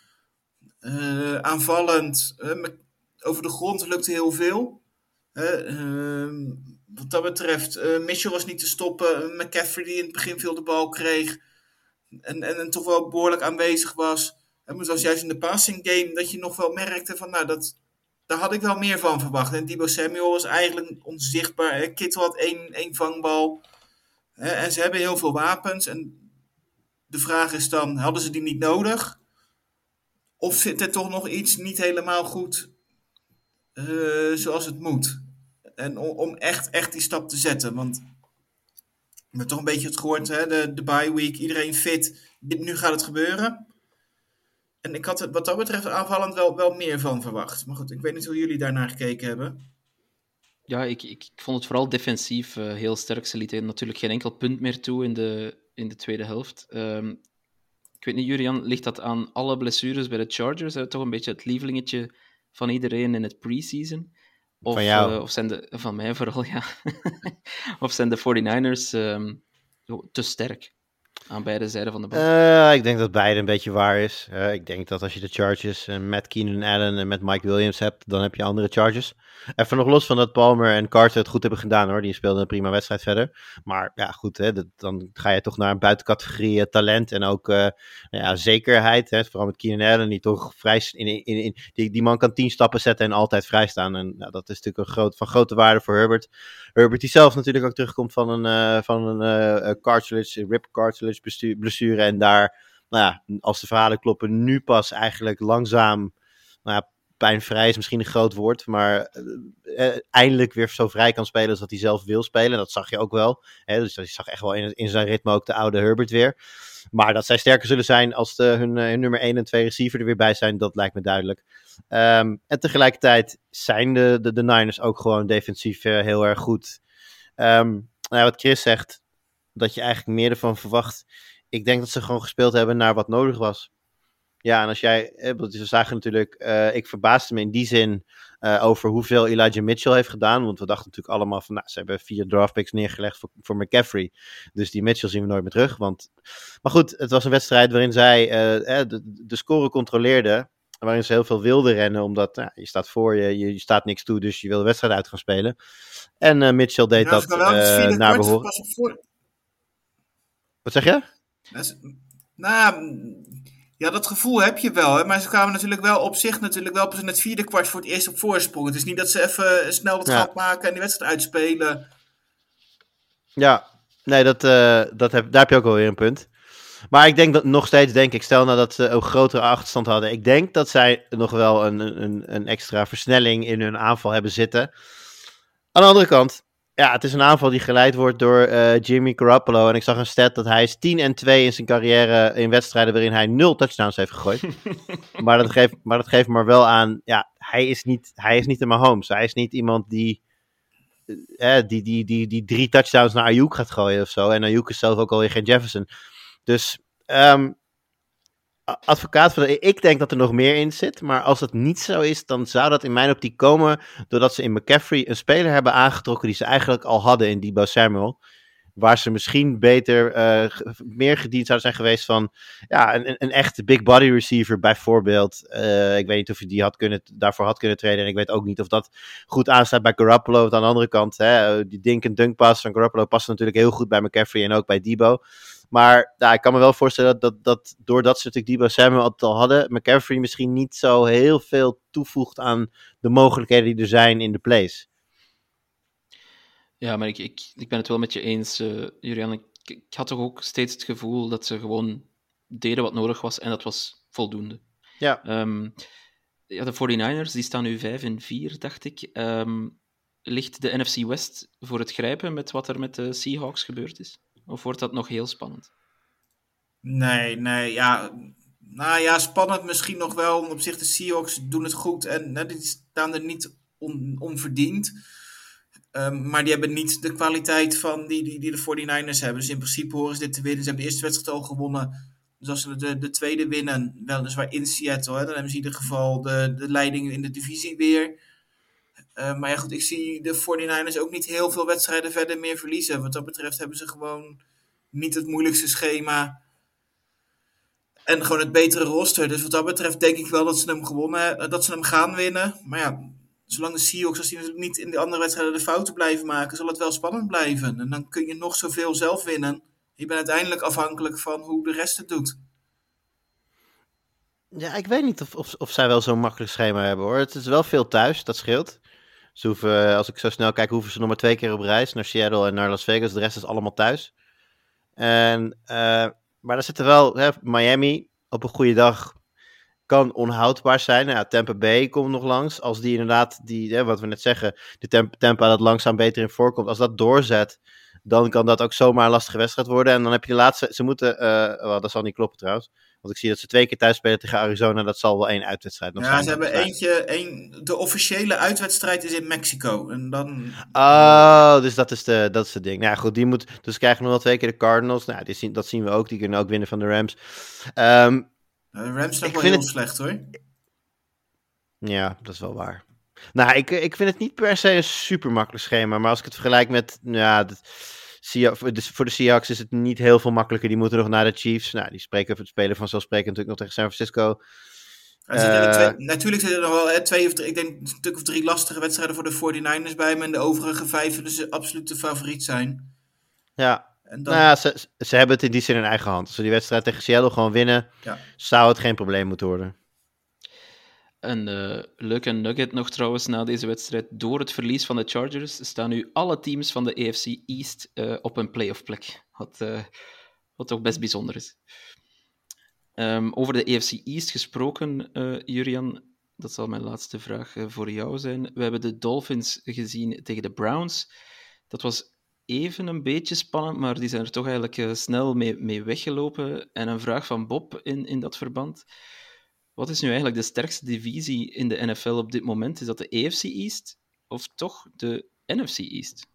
uh, aanvallend, uh, over de grond lukte heel veel. Uh, uh, wat dat betreft, uh, Mitchell was niet te stoppen. McCaffrey die in het begin veel de bal kreeg. En, en, en toch wel behoorlijk aanwezig was. En het was juist in de passing game dat je nog wel merkte van, nou, dat, daar had ik wel meer van verwacht. En Deebo Samuel was eigenlijk onzichtbaar. Hè? Kittle had één, één vangbal. Hè? En ze hebben heel veel wapens. En de vraag is dan, hadden ze die niet nodig? Of zit er toch nog iets niet helemaal goed uh, zoals het moet? En om, om echt, echt die stap te zetten. Want we hebben toch een beetje het gehoord, hè? De, de bye week, iedereen fit. Nu gaat het gebeuren. En ik had het wat dat betreft aanvallend wel, wel meer van verwacht. Maar goed, ik weet niet hoe jullie daarnaar gekeken hebben. Ja, ik, ik, ik vond het vooral defensief uh, heel sterk. Ze lieten natuurlijk geen enkel punt meer toe in de, in de tweede helft. Um, ik weet niet, Jurian, ligt dat aan alle blessures bij de Chargers? Hè? Toch een beetje het lievelingetje van iedereen in het preseason? Of, van jou? Uh, of zijn de, van mij vooral, ja. Of zijn de forty-niners um, te sterk aan beide zijden van de bal? Uh, ik denk dat beide een beetje waar is. Uh, ik denk dat als je de Chargers uh, met Keenan Allen en met Mike Williams hebt, dan heb je andere Chargers. Even nog los van dat Palmer en Carter het goed hebben gedaan, hoor. Die speelden een prima wedstrijd verder. Maar ja, goed, hè, dat, dan ga je toch naar een buitencategorie uh, talent en ook uh, ja, zekerheid. Hè, vooral met Keenan Allen, die toch vrij... In, in, in, die, die man kan tien stappen zetten en altijd vrij staan. En nou, dat is natuurlijk een groot, van grote waarde voor Herbert. Herbert die zelf natuurlijk ook terugkomt van een, uh, van een uh, cartilage, rib cartilage bestuur, blessure. En daar, nou ja, als de verhalen kloppen, nu pas eigenlijk langzaam, nou ja, pijnvrij is misschien een groot woord, maar uh, uh, eindelijk weer zo vrij kan spelen als dat hij zelf wil spelen. Dat zag je ook wel. Hè? Dus je zag echt wel in, in zijn ritme ook de oude Herbert weer. Maar dat zij sterker zullen zijn als de, hun, hun nummer één en twee receiver er weer bij zijn, dat lijkt me duidelijk. Um, en tegelijkertijd zijn de, de, de Niners ook gewoon defensief uh, heel erg goed. Um, nou ja, wat Chris zegt, dat je eigenlijk meer ervan verwacht. Ik denk dat ze gewoon gespeeld hebben naar wat nodig was. Ja, en als jij, we zagen natuurlijk, uh, ik verbaasde me in die zin uh, over hoeveel Elijah Mitchell heeft gedaan. Want we dachten natuurlijk allemaal van, nou, ze hebben vier draftpicks neergelegd voor, voor McCaffrey. Dus die Mitchell zien we nooit meer terug. Want... Maar goed, het was een wedstrijd waarin zij uh, de, de score controleerden. Waarin ze heel veel wilden rennen, omdat nou, je staat voor je, je, je staat niks toe, dus je wil de wedstrijd uit gaan spelen. En uh, Mitchell deed nou, dat uh, naar behoren. Voor... Wat zeg je? Is, nou, ja, dat gevoel heb je wel, hè? Maar ze kwamen natuurlijk wel op zich natuurlijk wel pas in het vierde kwart voor het eerst op voorsprong. Het is niet dat ze even snel het ja. gat maken en die wedstrijd uitspelen. Ja, nee, dat, uh, dat heb, daar heb je ook wel weer een punt. Maar ik denk dat nog steeds, denk ik, stel nou dat ze een grotere achterstand hadden. Ik denk dat zij nog wel een, een, een extra versnelling in hun aanval hebben zitten. Aan de andere kant, ja, het is een aanval die geleid wordt door uh, Jimmy Garoppolo. En ik zag een stat dat hij is tien en twee in zijn carrière in wedstrijden waarin hij nul touchdowns heeft gegooid. maar, dat geeft, maar dat geeft maar wel aan, ja, hij is niet, hij is niet een Mahomes. Hij is niet iemand die... Uh, die, die, die, die drie touchdowns naar Ayuk gaat gooien of zo. En Ayuk is zelf ook alweer geen Jefferson. Dus um, advocaat van de, ik denk dat er nog meer in zit. Maar als dat niet zo is, dan zou dat in mijn optiek komen doordat ze in McCaffrey een speler hebben aangetrokken die ze eigenlijk al hadden in Deebo Samuel. Waar ze misschien beter, uh, meer gediend zouden zijn geweest van ja, een, een echte big body receiver bijvoorbeeld. Uh, ik weet niet of je die had kunnen, daarvoor had kunnen treden. En ik weet ook niet of dat goed aanstaat bij Garoppolo. Want aan de andere kant, hè, die dink en dunk pass van Garoppolo past natuurlijk heel goed bij McCaffrey en ook bij Deebo. Maar ja, ik kan me wel voorstellen dat, dat, dat doordat ze natuurlijk Deebo Samuel altijd al hadden, McCaffrey misschien niet zo heel veel toevoegt aan de mogelijkheden die er zijn in de plays. Ja, maar ik, ik, ik ben het wel met je eens, uh, Julian. Ik, ik had toch ook steeds het gevoel dat ze gewoon deden wat nodig was en dat was voldoende. Ja. Um, ja, de forty-niners die staan nu vijf en vier, dacht ik. Um, ligt de N F C West voor het grijpen met wat er met de Seahawks gebeurd is? Of wordt dat nog heel spannend? Nee, nee, ja... Nou ja, spannend misschien nog wel. Op zich, de Seahawks doen het goed en hè, die staan er niet on, onverdiend. Um, maar die hebben niet de kwaliteit van die, die, die de forty-niners hebben. Dus in principe horen ze dit te winnen. Ze hebben de eerste wedstrijd al gewonnen. Dus als ze de, de tweede winnen, weliswaar in Seattle, hè, dan hebben ze in ieder geval de, de leiding in de divisie weer. Uh, maar ja goed, ik zie de forty-niners ook niet heel veel wedstrijden verder meer verliezen. Wat dat betreft hebben ze gewoon niet het moeilijkste schema. En gewoon het betere roster. Dus wat dat betreft denk ik wel dat ze hem gewonnen, dat ze hem gaan winnen. Maar ja, zolang de Seahawks, als die natuurlijk niet in de andere wedstrijden de fouten blijven maken, zal het wel spannend blijven. En dan kun je nog zoveel zelf winnen. Je bent uiteindelijk afhankelijk van hoe de rest het doet. Ja, ik weet niet of, of, of zij wel zo'n makkelijk schema hebben hoor. Het is wel veel thuis, dat scheelt. Ze hoeven, als ik zo snel kijk, hoeven ze nog maar twee keer op reis naar Seattle en naar Las Vegas. De rest is allemaal thuis. En, uh, maar er zitten wel, hè, Miami op een goede dag kan onhoudbaar zijn. Nou ja, Tampa Bay komt nog langs. Als die inderdaad, die, hè, wat we net zeggen, de temp- Tampa dat langzaam beter in voorkomt. Als dat doorzet, dan kan dat ook zomaar een lastige wedstrijd worden. En dan heb je de laatste, ze moeten, uh, well, dat zal niet kloppen trouwens. Want ik zie dat ze twee keer thuis spelen tegen Arizona. Dat zal wel één uitwedstrijd nog ja, zijn. Ja, ze hebben eentje, één, de officiële uitwedstrijd is in Mexico. En dan... Oh, dus dat is de, dat is het ding. Nou ja, goed, die moet, dus ze krijgen nog wel twee keer de Cardinals. Nou, die zien, dat zien we ook. Die kunnen ook winnen van de Rams. Um, de Rams zijn wel heel het... slecht hoor. Ja, dat is wel waar. Nou, ik, ik vind het niet per se een super makkelijk schema. Maar als ik het vergelijk met... Ja, dat, voor de Seahawks is het niet heel veel makkelijker. Die moeten nog naar de Chiefs. Nou, die spreken over het spelen vanzelfsprekend natuurlijk nog tegen San Francisco. Er zitten er twee, natuurlijk zitten er nog wel hè, twee of drie, ik denk een stuk of drie lastige wedstrijden voor de forty-niners bij. Maar en de overige vijf zullen ze absoluut de favoriet zijn. Ja, en dan... nou ja, ze, ze hebben het in die zin in eigen hand. Als ze die wedstrijd tegen Seattle gewoon winnen, ja. zou het geen probleem moeten worden. Een uh, leuke nugget nog trouwens na deze wedstrijd. Door het verlies van de Chargers staan nu alle teams van de A F C East uh, op een playoff plek. Wat, uh, wat toch best bijzonder is. Um, over de A F C East gesproken, uh, Jurian, dat zal mijn laatste vraag uh, voor jou zijn. We hebben de Dolphins gezien tegen de Browns. Dat was even een beetje spannend, maar die zijn er toch eigenlijk uh, snel mee, mee weggelopen. En een vraag van Bob in, in dat verband. Wat is nu eigenlijk de sterkste divisie in de N F L op dit moment? Is dat de A F C East of toch de N F C East?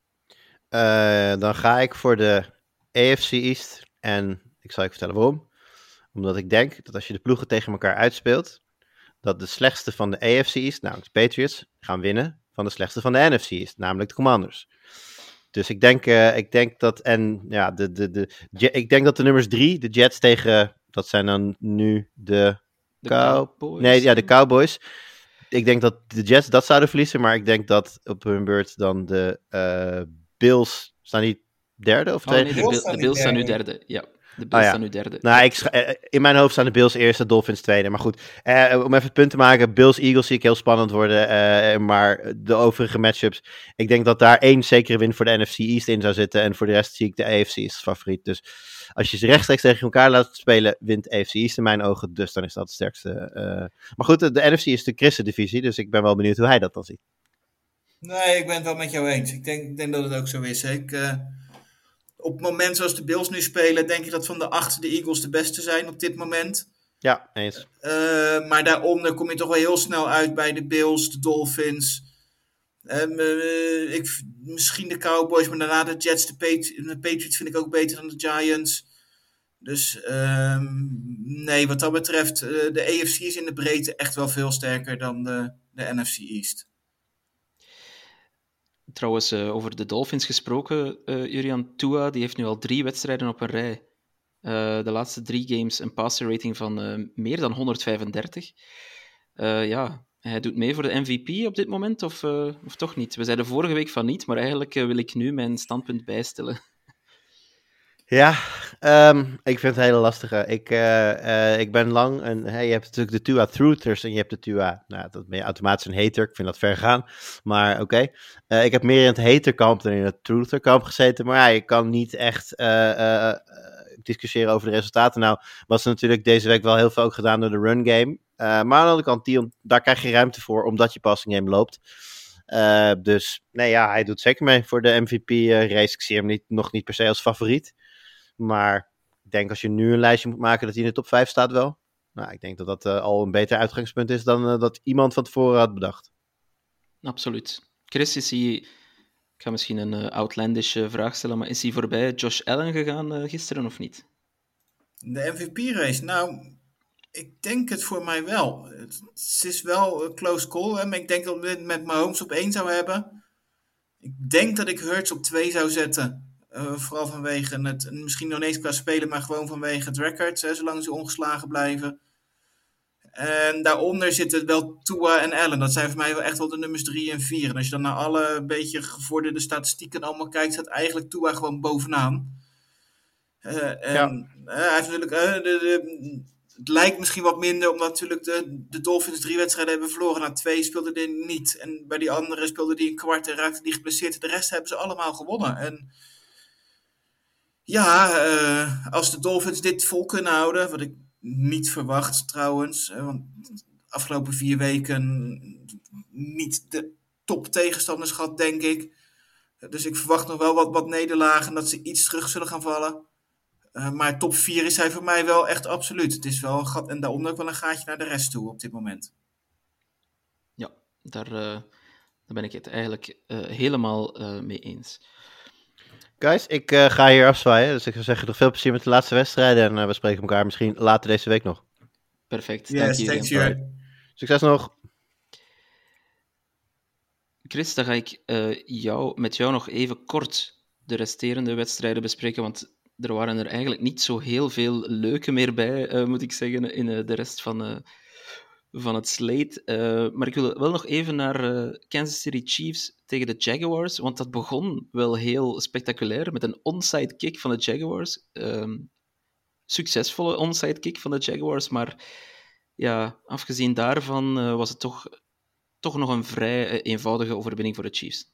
Uh, dan ga ik voor de A F C East. En ik zal je vertellen waarom. Omdat ik denk dat als je de ploegen tegen elkaar uitspeelt, dat de slechtste van de A F C East, namelijk de Patriots, gaan winnen van de slechtste van de N F C East, namelijk de Commanders. Dus ik denk, uh, ik denk dat, en ja, de, de, de, de, ik denk dat de nummers drie, de Jets tegen, dat zijn dan nu de... De Cow- Cowboys. Nee, ja, de Cowboys. Ik denk dat de Jets dat zouden verliezen, maar ik denk dat op hun beurt dan de uh, Bills staan die derde of tweede? Oh, nee, de, Bills, de Bills staan nu derde. Ja, de Bills oh, ja. staan nu derde. Nou, ik, in mijn hoofd staan de Bills eerste, Dolphins tweede. Maar goed, uh, om even het punt te maken, Bills-Eagles zie ik heel spannend worden. Uh, maar de overige matchups, ik denk dat daar één zekere win voor de N F C East in zou zitten. En voor de rest zie ik de A F C East favoriet. Dus als je ze rechtstreeks tegen elkaar laat spelen, wint A F C East in mijn ogen. Dus dan is dat het sterkste. Uh... Maar goed, de, de N F C is de Christen-divisie, dus ik ben wel benieuwd hoe hij dat dan ziet. Nee, ik ben het wel met jou eens. Ik denk, ik denk dat het ook zo is. Hè. Ik, uh, op het moment zoals de Bills nu spelen, denk ik dat van de acht de Eagles de beste zijn op dit moment. Ja, eens. Uh, maar daaronder kom je toch wel heel snel uit bij de Bills, de Dolphins. Um, uh, ik, misschien de Cowboys, maar daarna de Jets, de, Patri- de Patriots vind ik ook beter dan de Giants. Dus um, nee, wat dat betreft, uh, de A F C is in de breedte echt wel veel sterker dan de, de N F C East. Trouwens, uh, over de Dolphins gesproken, uh, Jurian Tua, die heeft nu al drie wedstrijden op een rij. Uh, de laatste drie games een passer rating van uh, meer dan honderdvijfendertig. Uh, ja, hij doet mee voor de M V P op dit moment, of, uh, of toch niet? We zeiden vorige week van niet, maar eigenlijk uh, wil ik nu mijn standpunt bijstellen. Ja, um, ik vind het een hele lastige. Ik, uh, uh, ik ben lang, en hey, je hebt natuurlijk de Tua-truthers en je hebt de Tua, nou, dat ben je automatisch een hater, ik vind dat ver gaan, maar oké. Okay. Uh, ik heb meer in het haterkamp dan in het trutherkamp gezeten, maar ja, je kan niet echt uh, uh, discussiëren over de resultaten. Nou, was er natuurlijk deze week wel heel veel ook gedaan door de run game, uh, maar aan de andere kant, Dion, daar krijg je ruimte voor, omdat je passing game loopt. Uh, dus, nee ja, hij doet zeker mee voor de M V P-race. Uh, ik zie hem niet, nog niet per se als favoriet. Maar ik denk als je nu een lijstje moet maken dat hij in de top vijf staat wel. Nou, ik denk dat dat uh, al een beter uitgangspunt is dan uh, dat iemand van tevoren had bedacht. Absoluut. Chris, is hij... Ik ga misschien een uh, outlandish uh, vraag stellen, maar is hij voorbij Josh Allen gegaan uh, gisteren of niet? De M V P-race, nou, ik denk het voor mij wel. Het, het is wel een close call, hè, maar ik denk dat ik met Mahomes op één zou hebben. Ik denk dat ik Hurts op twee zou zetten. Uh, vooral vanwege het, misschien nog niet eens qua spelen, maar gewoon vanwege het record, hè, zolang ze ongeslagen blijven. En daaronder zitten wel Tua en Allen. Dat zijn voor mij wel echt wel de nummers drie en vier. En als je dan naar alle beetje gevorderde statistieken allemaal kijkt, staat eigenlijk Tua gewoon bovenaan. Uh, en ja. uh, hij heeft natuurlijk, uh, de, de, het lijkt misschien wat minder, omdat natuurlijk de, de Dolphins drie wedstrijden hebben verloren. Na twee speelde hij niet. En bij die andere speelde hij een kwart en raakte hij geblesseerd. De rest hebben ze allemaal gewonnen. En ja, uh, als de Dolphins dit vol kunnen houden, wat ik niet verwacht trouwens, uh, want de afgelopen vier weken niet de top tegenstanders gehad, denk ik. Dus ik verwacht nog wel wat, wat nederlagen, dat ze iets terug zullen gaan vallen. Uh, maar top vier is hij voor mij wel echt absoluut. Het is wel een gat en daaronder ook wel een gaatje naar de rest toe op dit moment. Ja, daar, uh, daar ben ik het eigenlijk uh, helemaal uh, mee eens. Guys, ik uh, ga hier afzwaaien. Dus ik zou zeggen, nog veel plezier met de laatste wedstrijden. En uh, we spreken elkaar misschien later deze week nog. Perfect, yes, dank je. Thanks, je. Succes nog. Chris, dan ga ik uh, jou, met jou nog even kort de resterende wedstrijden bespreken, want er waren er eigenlijk niet zo heel veel leuke meer bij, uh, moet ik zeggen, in uh, de rest van, uh, van het slate. Uh, maar ik wil wel nog even naar uh, Kansas City Chiefs tegen de Jaguars, want dat begon wel heel spectaculair met een onside kick van de Jaguars. Um, succesvolle onside kick van de Jaguars, maar ja, afgezien daarvan uh, was het toch, toch nog een vrij uh, eenvoudige overwinning voor de Chiefs.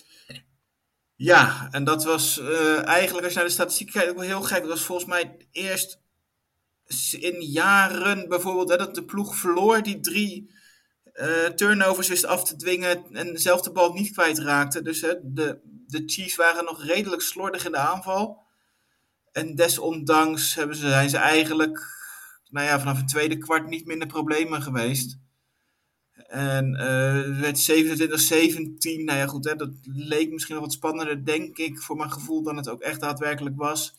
Ja, en dat was uh, eigenlijk, als je naar de statistiek kijkt, ook wel heel gek. Dat was volgens mij eerst in jaren bijvoorbeeld, hè, dat de ploeg verloor die drie uh, turnovers wist af te dwingen en zelf de bal niet kwijtraakte. Dus hè, de, de Chiefs waren nog redelijk slordig in de aanval. En desondanks hebben ze, zijn ze eigenlijk, nou ja, vanaf het tweede kwart niet minder problemen geweest. En uh, het werd zevenentwintig zeventien. Nou ja, goed, hè, dat leek misschien nog wat spannender, denk ik, voor mijn gevoel, dan het ook echt daadwerkelijk was.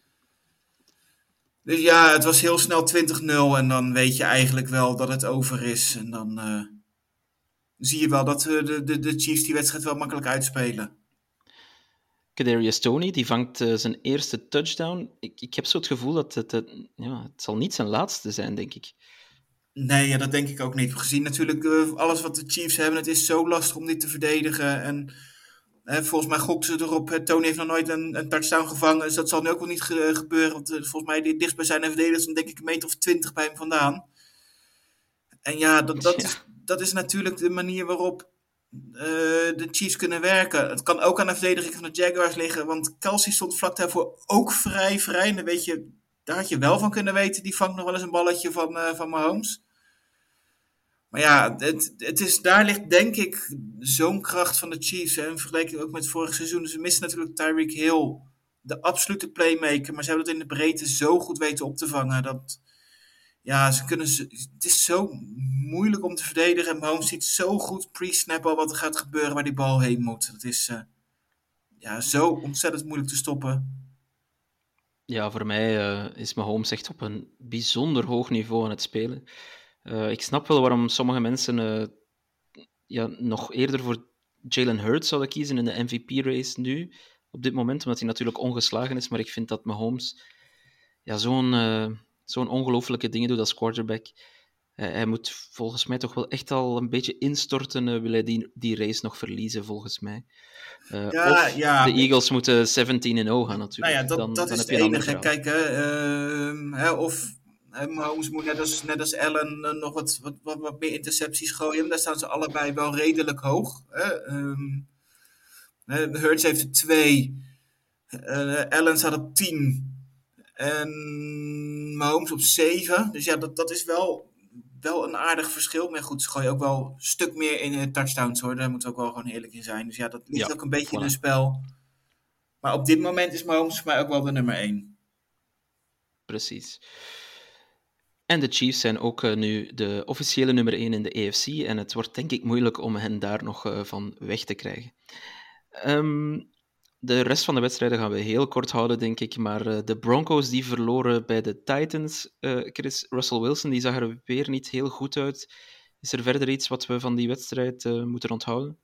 Dus ja, het was heel snel twintig nul en dan weet je eigenlijk wel dat het over is. En dan uh, zie je wel dat uh, de, de, de Chiefs die wedstrijd wel makkelijk uitspelen. Kadarius Toney, die vangt uh, zijn eerste touchdown. Ik, ik heb zo het gevoel dat het, het, ja, het zal niet zijn laatste zijn, denk ik. Nee, ja, dat denk ik ook niet. Gezien natuurlijk uh, alles wat de Chiefs hebben, het is zo lastig om dit te verdedigen. En uh, volgens mij gokten ze erop. Uh, Toney heeft nog nooit een, een touchdown gevangen, dus dat zal nu ook wel niet ge- gebeuren. Want uh, volgens mij die dichtst bij zijn verdedigers, dan denk ik een meter of twintig bij hem vandaan. En ja, dat, dat, ja. Is, dat is natuurlijk de manier waarop uh, de Chiefs kunnen werken. Het kan ook aan de verdediging van de Jaguars liggen, want Kelsey stond vlak daarvoor ook vrij vrij. En dan weet je, daar had je wel van kunnen weten, die vangt nog wel eens een balletje van, uh, van Mahomes. Maar ja, het, het is, daar ligt denk ik zo'n kracht van de Chiefs. Hè, in vergelijking ook met het vorige seizoen. Ze missen natuurlijk Tyreek Hill, de absolute playmaker. Maar ze hebben dat in de breedte zo goed weten op te vangen. Dat, ja, ze kunnen, het is zo moeilijk om te verdedigen. En Mahomes ziet zo goed pre-snap al wat er gaat gebeuren, waar die bal heen moet. Dat is uh, ja, zo ontzettend moeilijk te stoppen. Ja, voor mij uh, is Mahomes echt op een bijzonder hoog niveau aan het spelen. Uh, ik snap wel waarom sommige mensen uh, ja, nog eerder voor Jalen Hurts zouden kiezen in de M V P-race nu, op dit moment, omdat hij natuurlijk ongeslagen is. Maar ik vind dat Mahomes ja, zo'n, uh, zo'n ongelooflijke dingen doet als quarterback. Uh, hij moet volgens mij toch wel echt al een beetje instorten, uh, wil hij die, die race nog verliezen, volgens mij. Uh, ja, of ja. de Eagles moeten zeventien en nul gaan, natuurlijk. Nou ja, dat, dan, dat dan is heb het je enige. Kijk, hè, uh, hè, of hè, Mahomes moet net als, net als Allen uh, nog wat, wat, wat, wat meer intercepties gooien. Daar staan ze allebei wel redelijk hoog. Hè. Um, Hurts heeft er twee. Uh, Allen staat op tien. En Mahomes op zeven. Dus ja, dat, dat is wel, wel een aardig verschil. Maar goed, ze gooien ook wel een stuk meer in uh, touchdowns, hoor. Daar moeten we ook wel gewoon eerlijk in zijn. Dus ja, dat ligt ja, ook een beetje voilà. in hun spel. Maar op dit moment is Mahomes voor mij ook wel de nummer één. Precies. En de Chiefs zijn ook uh, nu de officiële nummer één in de A F C. En het wordt denk ik moeilijk om hen daar nog uh, van weg te krijgen. Um, de rest van de wedstrijden gaan we heel kort houden, denk ik. Maar uh, de Broncos die verloren bij de Titans. Uh, Chris, Russell Wilson die zag er weer niet heel goed uit. Is er verder iets wat we van die wedstrijd uh, moeten onthouden?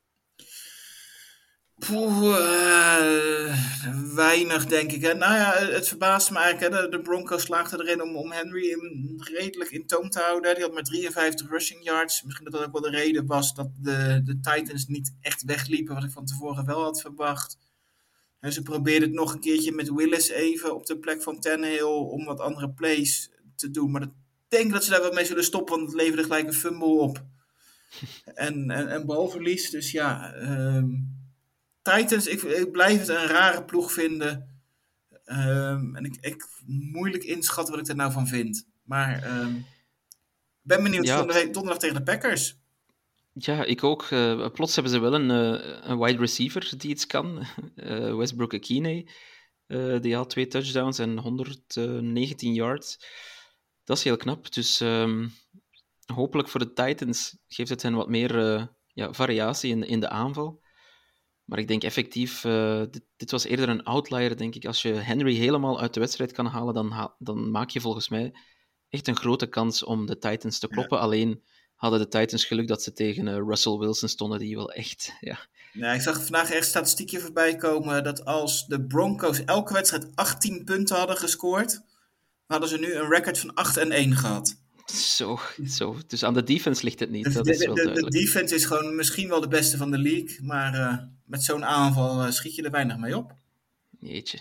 Poeh, uh, weinig, denk ik. Hè. Nou ja, het verbaast me eigenlijk. Hè. De, de Broncos slaagden erin om, om Henry in, redelijk in toom te houden. Die had maar drieënvijftig rushing yards. Misschien dat dat ook wel de reden was dat de, de Titans niet echt wegliepen, wat ik van tevoren wel had verwacht. En ze probeerden het nog een keertje met Willis even op de plek van Tannehill om wat andere plays te doen. Maar ik denk dat ze daar wel mee zullen stoppen, want het leverde gelijk een fumble op. en, en, en balverlies. Dus ja... Um, Titans, ik, ik blijf het een rare ploeg vinden. Um, en ik, ik moeilijk inschatten wat ik er nou van vind. Maar um, ben benieuwd ja, donderdag, donderdag tegen de Packers. Ja, ik ook. Uh, plots hebben ze wel een, uh, een wide receiver die iets kan. Uh, Westbrook Akine. Uh, die had twee touchdowns en honderdnegentien yards. Dat is heel knap. Dus um, hopelijk voor de Titans geeft het hen wat meer uh, ja, variatie in, in de aanval. Maar ik denk effectief, uh, dit, dit was eerder een outlier, denk ik. Als je Henry helemaal uit de wedstrijd kan halen, dan, ha- dan maak je volgens mij echt een grote kans om de Titans te kloppen. Ja. Alleen hadden de Titans geluk dat ze tegen uh, Russell Wilson stonden, die wel echt... Ja. Ja, ik zag vandaag echt een statistiekje voorbij komen dat als de Broncos elke wedstrijd achttien punten hadden gescoord, hadden ze nu een record van acht en één gehad. Zo, zo. Dus aan de defense ligt het niet, de, dat de, is wel de, duidelijk. De defense is gewoon misschien wel de beste van de league, maar uh, met zo'n aanval uh, schiet je er weinig mee op. Jeetje.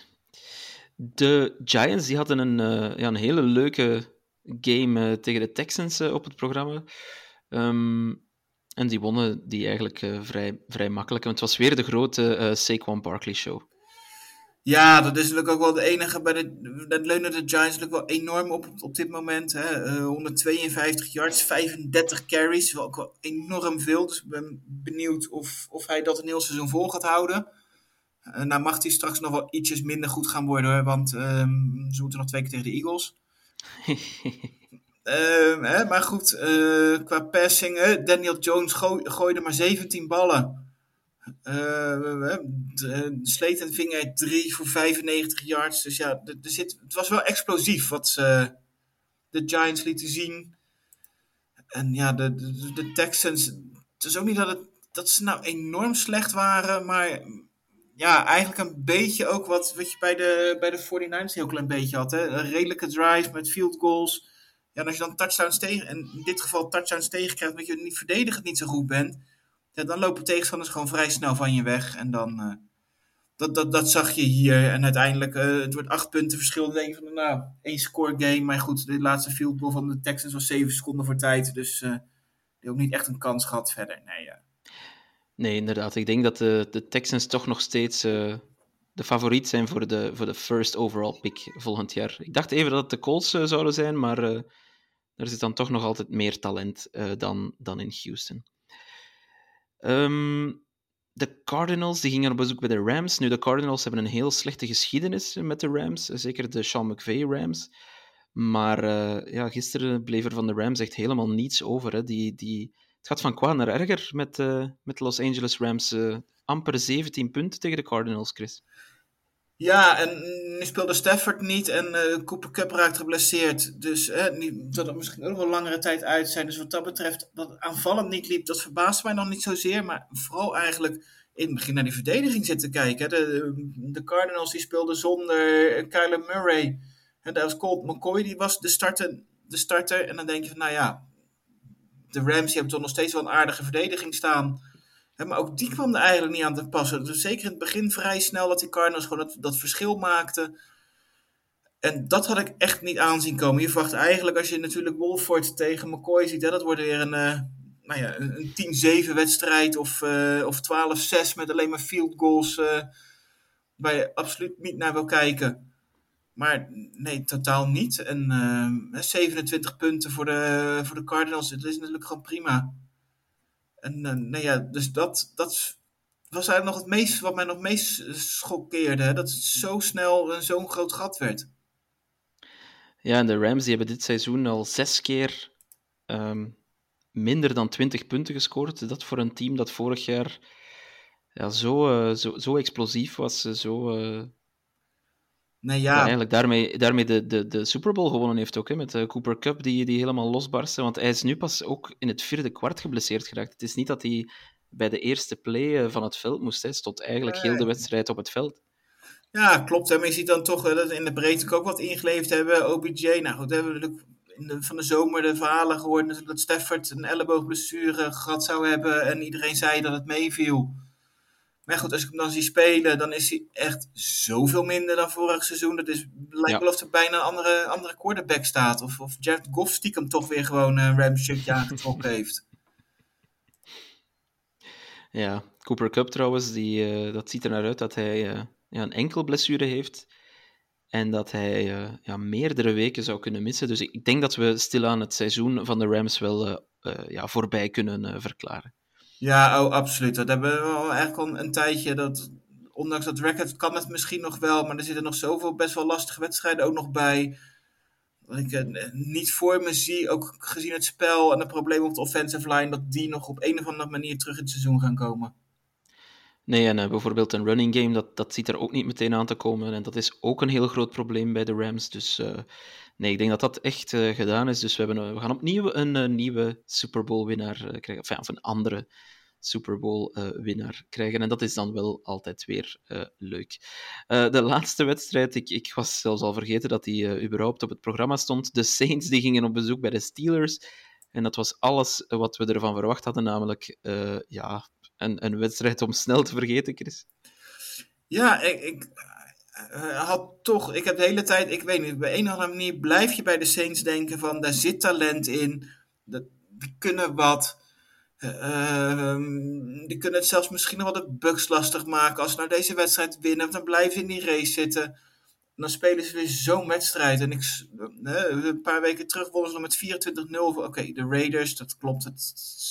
De Giants die hadden een, uh, ja, een hele leuke game uh, tegen de Texans uh, op het programma. Um, en die wonnen die eigenlijk uh, vrij, vrij makkelijk. Want het was weer de grote uh, Saquon Barkley show. Ja, dat is natuurlijk ook wel de enige. Bij de, dat leunen de Giants natuurlijk wel enorm op op dit moment. Hè. Uh, honderdtweeënvijftig yards, vijfendertig carries. Wel ook wel enorm veel. Dus ik ben benieuwd of, of hij dat een heel seizoen vol gaat houden. Uh, nou mag hij straks nog wel ietsjes minder goed gaan worden. Hoor, want um, ze moeten nog twee keer tegen de Eagles. uh, hè, maar goed, uh, qua passing. Uh, Daniel Jones gooi, gooide maar zeventien ballen. Uh, Slayton ving uit drie voor vijfennegentig yards. Dus ja, er zit, het was wel explosief wat ze, de Giants lieten zien. En ja, de, de, de Texans... Het is ook niet dat, het, dat ze nou enorm slecht waren, maar ja, eigenlijk een beetje ook wat, wat je bij de, bij de forty-niners heel klein beetje had. Hè? Een redelijke drive met field goals. Ja, en als je dan touchdowns tegen, en in dit geval touchdowns tegenkrijgt, omdat je niet verdedigend niet zo goed bent, ja, dan lopen tegenstanders gewoon vrij snel van je weg. En dan, uh, dat, dat, dat zag je hier. En uiteindelijk, uh, het wordt acht punten verschil. Dan denk je van, nou, één score game. Maar goed, de laatste field goal van de Texans was zeven seconden voor tijd. Dus uh, die ook niet echt een kans gehad verder. Nee, ja. Nee, inderdaad. Ik denk dat de, de Texans toch nog steeds uh, de favoriet zijn voor de, voor de first overall pick volgend jaar. Ik dacht even dat het de Colts uh, zouden zijn, maar uh, er zit dan toch nog altijd meer talent uh, dan, dan in Houston. Um, de Cardinals die gingen op bezoek bij de Rams. Nu, de Cardinals hebben een heel slechte geschiedenis met de Rams. Zeker de Sean McVay Rams. Maar uh, ja, gisteren bleef er van de Rams echt helemaal niets over. Hè. Die, die, het gaat van kwaad naar erger met, uh, met de Los Angeles Rams. Uh, amper zeventien punten tegen de Cardinals, Chris. Ja, en nu speelde Stafford niet en uh, Cooper Kupp raakt geblesseerd. Dus uh, die zal er misschien ook wel langere tijd uit zijn. Dus wat dat betreft, dat het aanvallend niet liep, dat verbaast mij nog niet zozeer. Maar vooral eigenlijk in het begin naar die verdediging zitten kijken. De, de Cardinals die speelden zonder Kyler Murray. En daar was Colt McCoy, die was de starter, de starter. En dan denk je van, nou ja, de Rams die hebben toch nog steeds wel een aardige verdediging staan. Ja, maar ook die kwam er eigenlijk niet aan te passen. Dus zeker in het begin vrij snel dat die Cardinals gewoon dat, dat verschil maakten. En dat had ik echt niet aanzien komen. Je verwacht eigenlijk als je natuurlijk Wolford tegen McCoy ziet, hè, dat wordt weer een, uh, nou ja, een tien zeven wedstrijd of, uh, of twaalf zes met alleen maar field goals uh, waar je absoluut niet naar wil kijken. Maar nee, totaal niet. En uh, zevenentwintig punten voor de, voor de Cardinals, dat is natuurlijk gewoon prima. En uh, nou ja, dus dat, dat was eigenlijk nog het meest, wat mij nog meest schokkeerde. Hè? Dat het zo snel en zo'n groot gat werd. Ja, en de Rams die hebben dit seizoen al zes keer um, minder dan twintig punten gescoord. Dat voor een team dat vorig jaar ja, zo, uh, zo, zo explosief was. Zo, uh, nee, ja. ja, eigenlijk daarmee, daarmee de, de, de Super Bowl gewonnen heeft ook, hè, met uh, Cooper Kupp die, die helemaal losbarstte. Want hij is nu pas ook in het vierde kwart geblesseerd geraakt. Het is niet dat hij bij de eerste play uh, van het veld moest. Hij stond eigenlijk heel de wedstrijd op het veld. Ja, klopt. En je ziet dan toch uh, dat in de breedte ook wat ingeleverd hebben. O B J, nou goed, hebben we natuurlijk in de, van de zomer de verhalen gehoord dat Stafford een elleboogblessure gehad zou hebben. En iedereen zei dat het meeviel. Maar goed, als ik hem dan zie spelen, dan is hij echt zoveel minder dan vorig seizoen. Dat is, lijkt ja. wel of er bijna een andere, andere quarterback staat. Of, of Jared Goff stiekem toch weer gewoon een Rams-shirtje aangetrokken heeft. Ja, Cooper Kupp trouwens, die, uh, dat ziet er naar uit dat hij uh, ja, een enkel blessure heeft. En dat hij uh, ja, meerdere weken zou kunnen missen. Dus ik, ik denk dat we stilaan het seizoen van de Rams wel uh, uh, ja, voorbij kunnen uh, verklaren. Ja, oh, absoluut. Dat hebben we al eigenlijk al een tijdje. Dat, ondanks dat record kan het misschien nog wel, maar er zitten nog zoveel best wel lastige wedstrijden ook nog bij. Dat ik uh, niet voor me zie, ook gezien het spel en de problemen op de offensive line, dat die nog op een of andere manier terug in het seizoen gaan komen. Nee, en uh, bijvoorbeeld een running game, dat, dat ziet er ook niet meteen aan te komen. En dat is ook een heel groot probleem bij de Rams. Dus uh, nee, ik denk dat dat echt uh, gedaan is. Dus we, hebben, uh, we gaan opnieuw een uh, nieuwe Super Bowl winnaar uh, krijgen. Enfin, of een andere Super Bowl uh, winnaar krijgen. En dat is dan wel altijd weer uh, leuk. Uh, de laatste wedstrijd, ik, ik was zelfs al vergeten dat die uh, überhaupt op het programma stond. De Saints die gingen op bezoek bij de Steelers. En dat was alles wat we ervan verwacht hadden, namelijk uh, ja, een, een wedstrijd om snel te vergeten, Chris. Ja, ik, ik uh, had toch, ik heb de hele tijd, ik weet niet, op een of andere manier blijf je bij de Saints denken van, daar zit talent in, dat, die kunnen wat, uh, die kunnen het zelfs misschien nog wel de Bucks lastig maken. Als ze nou deze wedstrijd winnen, dan blijven ze in die race zitten. En dan spelen ze weer zo'n wedstrijd. En ik, uh, een paar weken terug wonnen ze nog met vierentwintig nul. Oké, okay, de Raiders, dat klopt, het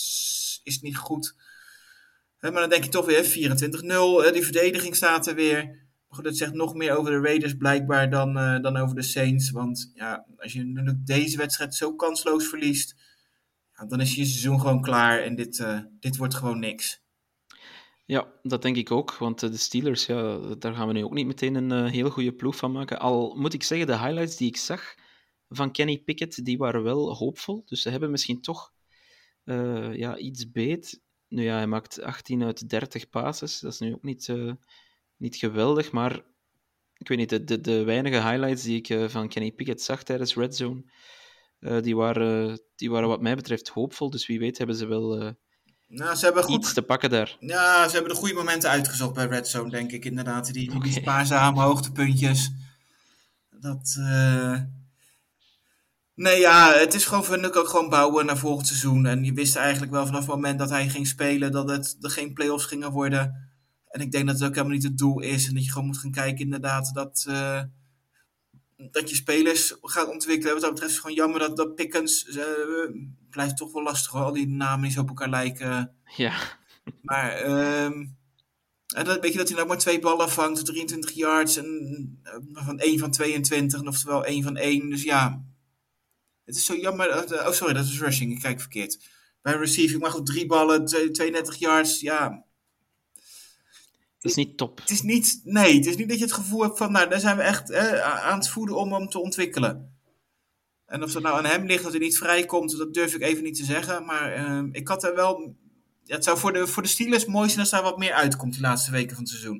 is niet goed. Maar dan denk je toch weer vierentwintig nul, die verdediging staat er weer. Maar goed, dat zegt nog meer over de Raiders blijkbaar dan, uh, dan over de Saints. Want ja, als je natuurlijk deze wedstrijd zo kansloos verliest, ja, dan is je seizoen gewoon klaar en dit, uh, dit wordt gewoon niks. Ja, dat denk ik ook, want de Steelers, ja, daar gaan we nu ook niet meteen een uh, heel goede ploeg van maken. Al moet ik zeggen, de highlights die ik zag van Kenny Pickett, die waren wel hoopvol. Dus ze hebben misschien toch uh, ja, iets beet. Nu ja, hij maakt achttien uit dertig passes. Dat is nu ook niet, uh, niet geweldig, maar ik weet niet, de, de, de weinige highlights die ik uh, van Kenny Pickett zag tijdens Red Zone, uh, die, waren, die waren wat mij betreft hoopvol. Dus wie weet hebben ze wel uh, nou, ze hebben goed, iets te pakken daar. Ja, ze hebben de goede momenten uitgezocht bij Red Zone, denk ik inderdaad. Die, die, okay. die spaarzame hoogtepuntjes. Dat... Uh... Nee, ja, het is gewoon voor Nuk ook gewoon bouwen naar volgend seizoen. En je wist eigenlijk wel vanaf het moment dat hij ging spelen dat het er geen play-offs gingen worden. En ik denk dat het ook helemaal niet het doel is. En dat je gewoon moet gaan kijken inderdaad dat, uh, dat je spelers gaat ontwikkelen. Wat dat betreft is het gewoon jammer dat, dat Pickens uh, blijft toch wel lastig hoor. Al die namen die zo op elkaar lijken. Ja. Maar um, en dat, weet je dat hij nou maar twee ballen vangt, drieëntwintig yards en uh, van één van tweeëntwintig, oftewel één van één. Dus ja... Het is zo jammer. Oh, sorry, dat is rushing. Ik kijk verkeerd. Bij receiving mag op drie ballen, tweeëndertig yards. Ja. Het is niet top. Het is niet, nee, het is niet dat je het gevoel hebt van, nou, daar zijn we echt eh, aan het voeden om hem te ontwikkelen. En of dat nou aan hem ligt dat hij niet vrijkomt, dat durf ik even niet te zeggen. Maar uh, ik had er wel... Ja, het zou voor de, voor de Steelers mooi zijn als daar wat meer uitkomt die laatste weken van het seizoen.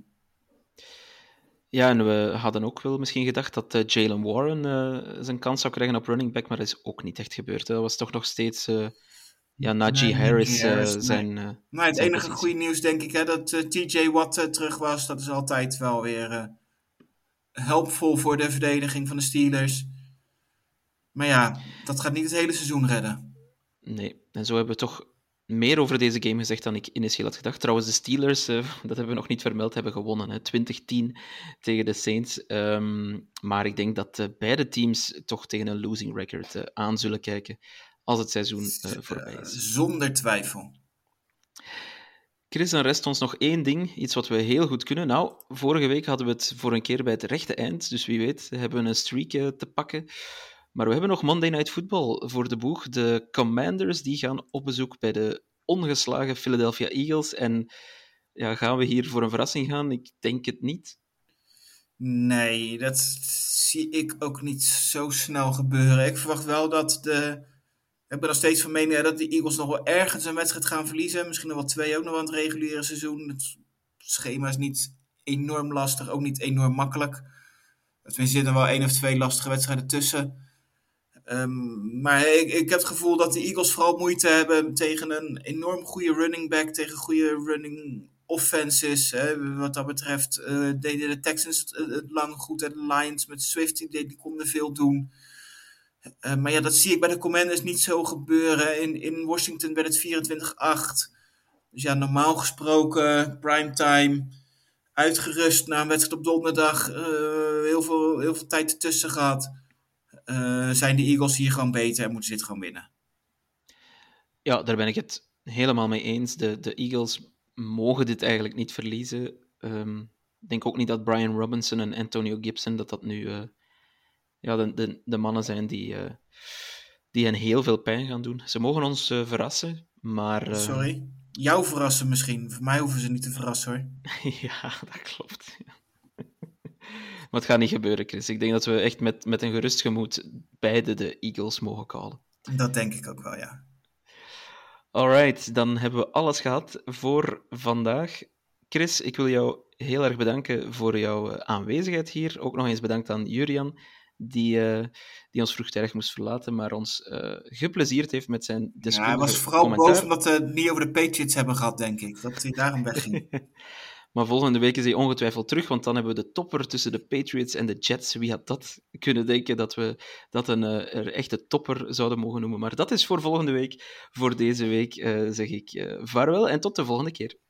Ja, en we hadden ook wel misschien gedacht dat uh, Jaylen Warren uh, zijn kans zou krijgen op running back, maar dat is ook niet echt gebeurd. Hè. Dat was toch nog steeds uh, ja, Najee nee, Harris, uh, Harris zijn... nee. Uh, maar het zijn enige goede nieuws, denk ik, hè, dat uh, T J Watt uh, terug was. Dat is altijd wel weer uh, helpvol voor de verdediging van de Steelers. Maar ja, dat gaat niet het hele seizoen redden. Nee, en zo hebben we toch meer over deze game gezegd dan ik initieel had gedacht. Trouwens, de Steelers, uh, dat hebben we nog niet vermeld, hebben gewonnen. Hè? twintig tien tegen de Saints. Um, maar ik denk dat uh, beide teams toch tegen een losing record uh, aan zullen kijken als het seizoen uh, voorbij is. Uh, zonder twijfel. Chris, dan rest ons nog één ding, iets wat we heel goed kunnen. Nou, vorige week hadden we het voor een keer bij het rechte eind, dus wie weet hebben we een streak uh, te pakken. Maar we hebben nog Monday Night Football voor de boeg. De Commanders die gaan op bezoek bij de ongeslagen Philadelphia Eagles. En ja, gaan we hier voor een verrassing gaan? Ik denk het niet. Nee, dat zie ik ook niet zo snel gebeuren. Ik verwacht wel dat de... Ik ben nog steeds van mening dat de Eagles nog wel ergens een wedstrijd gaan verliezen. Misschien nog wel twee ook nog aan het reguliere seizoen. Het schema is niet enorm lastig, ook niet enorm makkelijk. Er zitten wel één of twee lastige wedstrijden tussen. Um, maar ik, ik heb het gevoel dat de Eagles vooral moeite hebben tegen een enorm goede running back, tegen goede running offenses. Hè. Wat dat betreft uh, deden de Texans het, het lang goed en de Lions met Swift, die, die konden veel doen. Uh, maar ja, dat zie ik bij de Commanders niet zo gebeuren. In, in Washington werd het vierentwintig acht. Dus ja, normaal gesproken, primetime, uitgerust na een wedstrijd op donderdag, uh, heel, veel, heel veel tijd ertussen gehad. Uh, zijn de Eagles hier gewoon beter en moeten ze dit gewoon winnen? Ja, daar ben ik het helemaal mee eens. De, de Eagles mogen dit eigenlijk niet verliezen. Um, ik denk ook niet dat Brian Robinson en Antonio Gibson, dat dat nu uh, ja, de, de, de mannen zijn die, uh, die hen heel veel pijn gaan doen. Ze mogen ons uh, verrassen, maar... Uh... Sorry? Jou verrassen misschien. Voor mij hoeven ze niet te verrassen, hoor. Ja, dat klopt. Maar het gaat niet gebeuren, Chris. Ik denk dat we echt met, met een gerust gemoed beide de Eagles mogen callen. Dat denk ik ook wel, ja. Alright, dan hebben we alles gehad voor vandaag. Chris, ik wil jou heel erg bedanken voor jouw aanwezigheid hier. Ook nog eens bedankt aan Jurian, die, uh, die ons vroegtijdig moest verlaten, maar ons uh, geplezierd heeft met zijn deskundige ja, hij was vooral commentaar. boos omdat we het niet over de Patriots hebben gehad, denk ik. Dat hij daarom wegging. Maar volgende week is hij ongetwijfeld terug, want dan hebben we de topper tussen de Patriots en de Jets. Wie had dat kunnen denken, dat we dat een uh, er echte topper zouden mogen noemen. Maar dat is voor volgende week. Voor deze week uh, zeg ik uh, vaarwel en tot de volgende keer.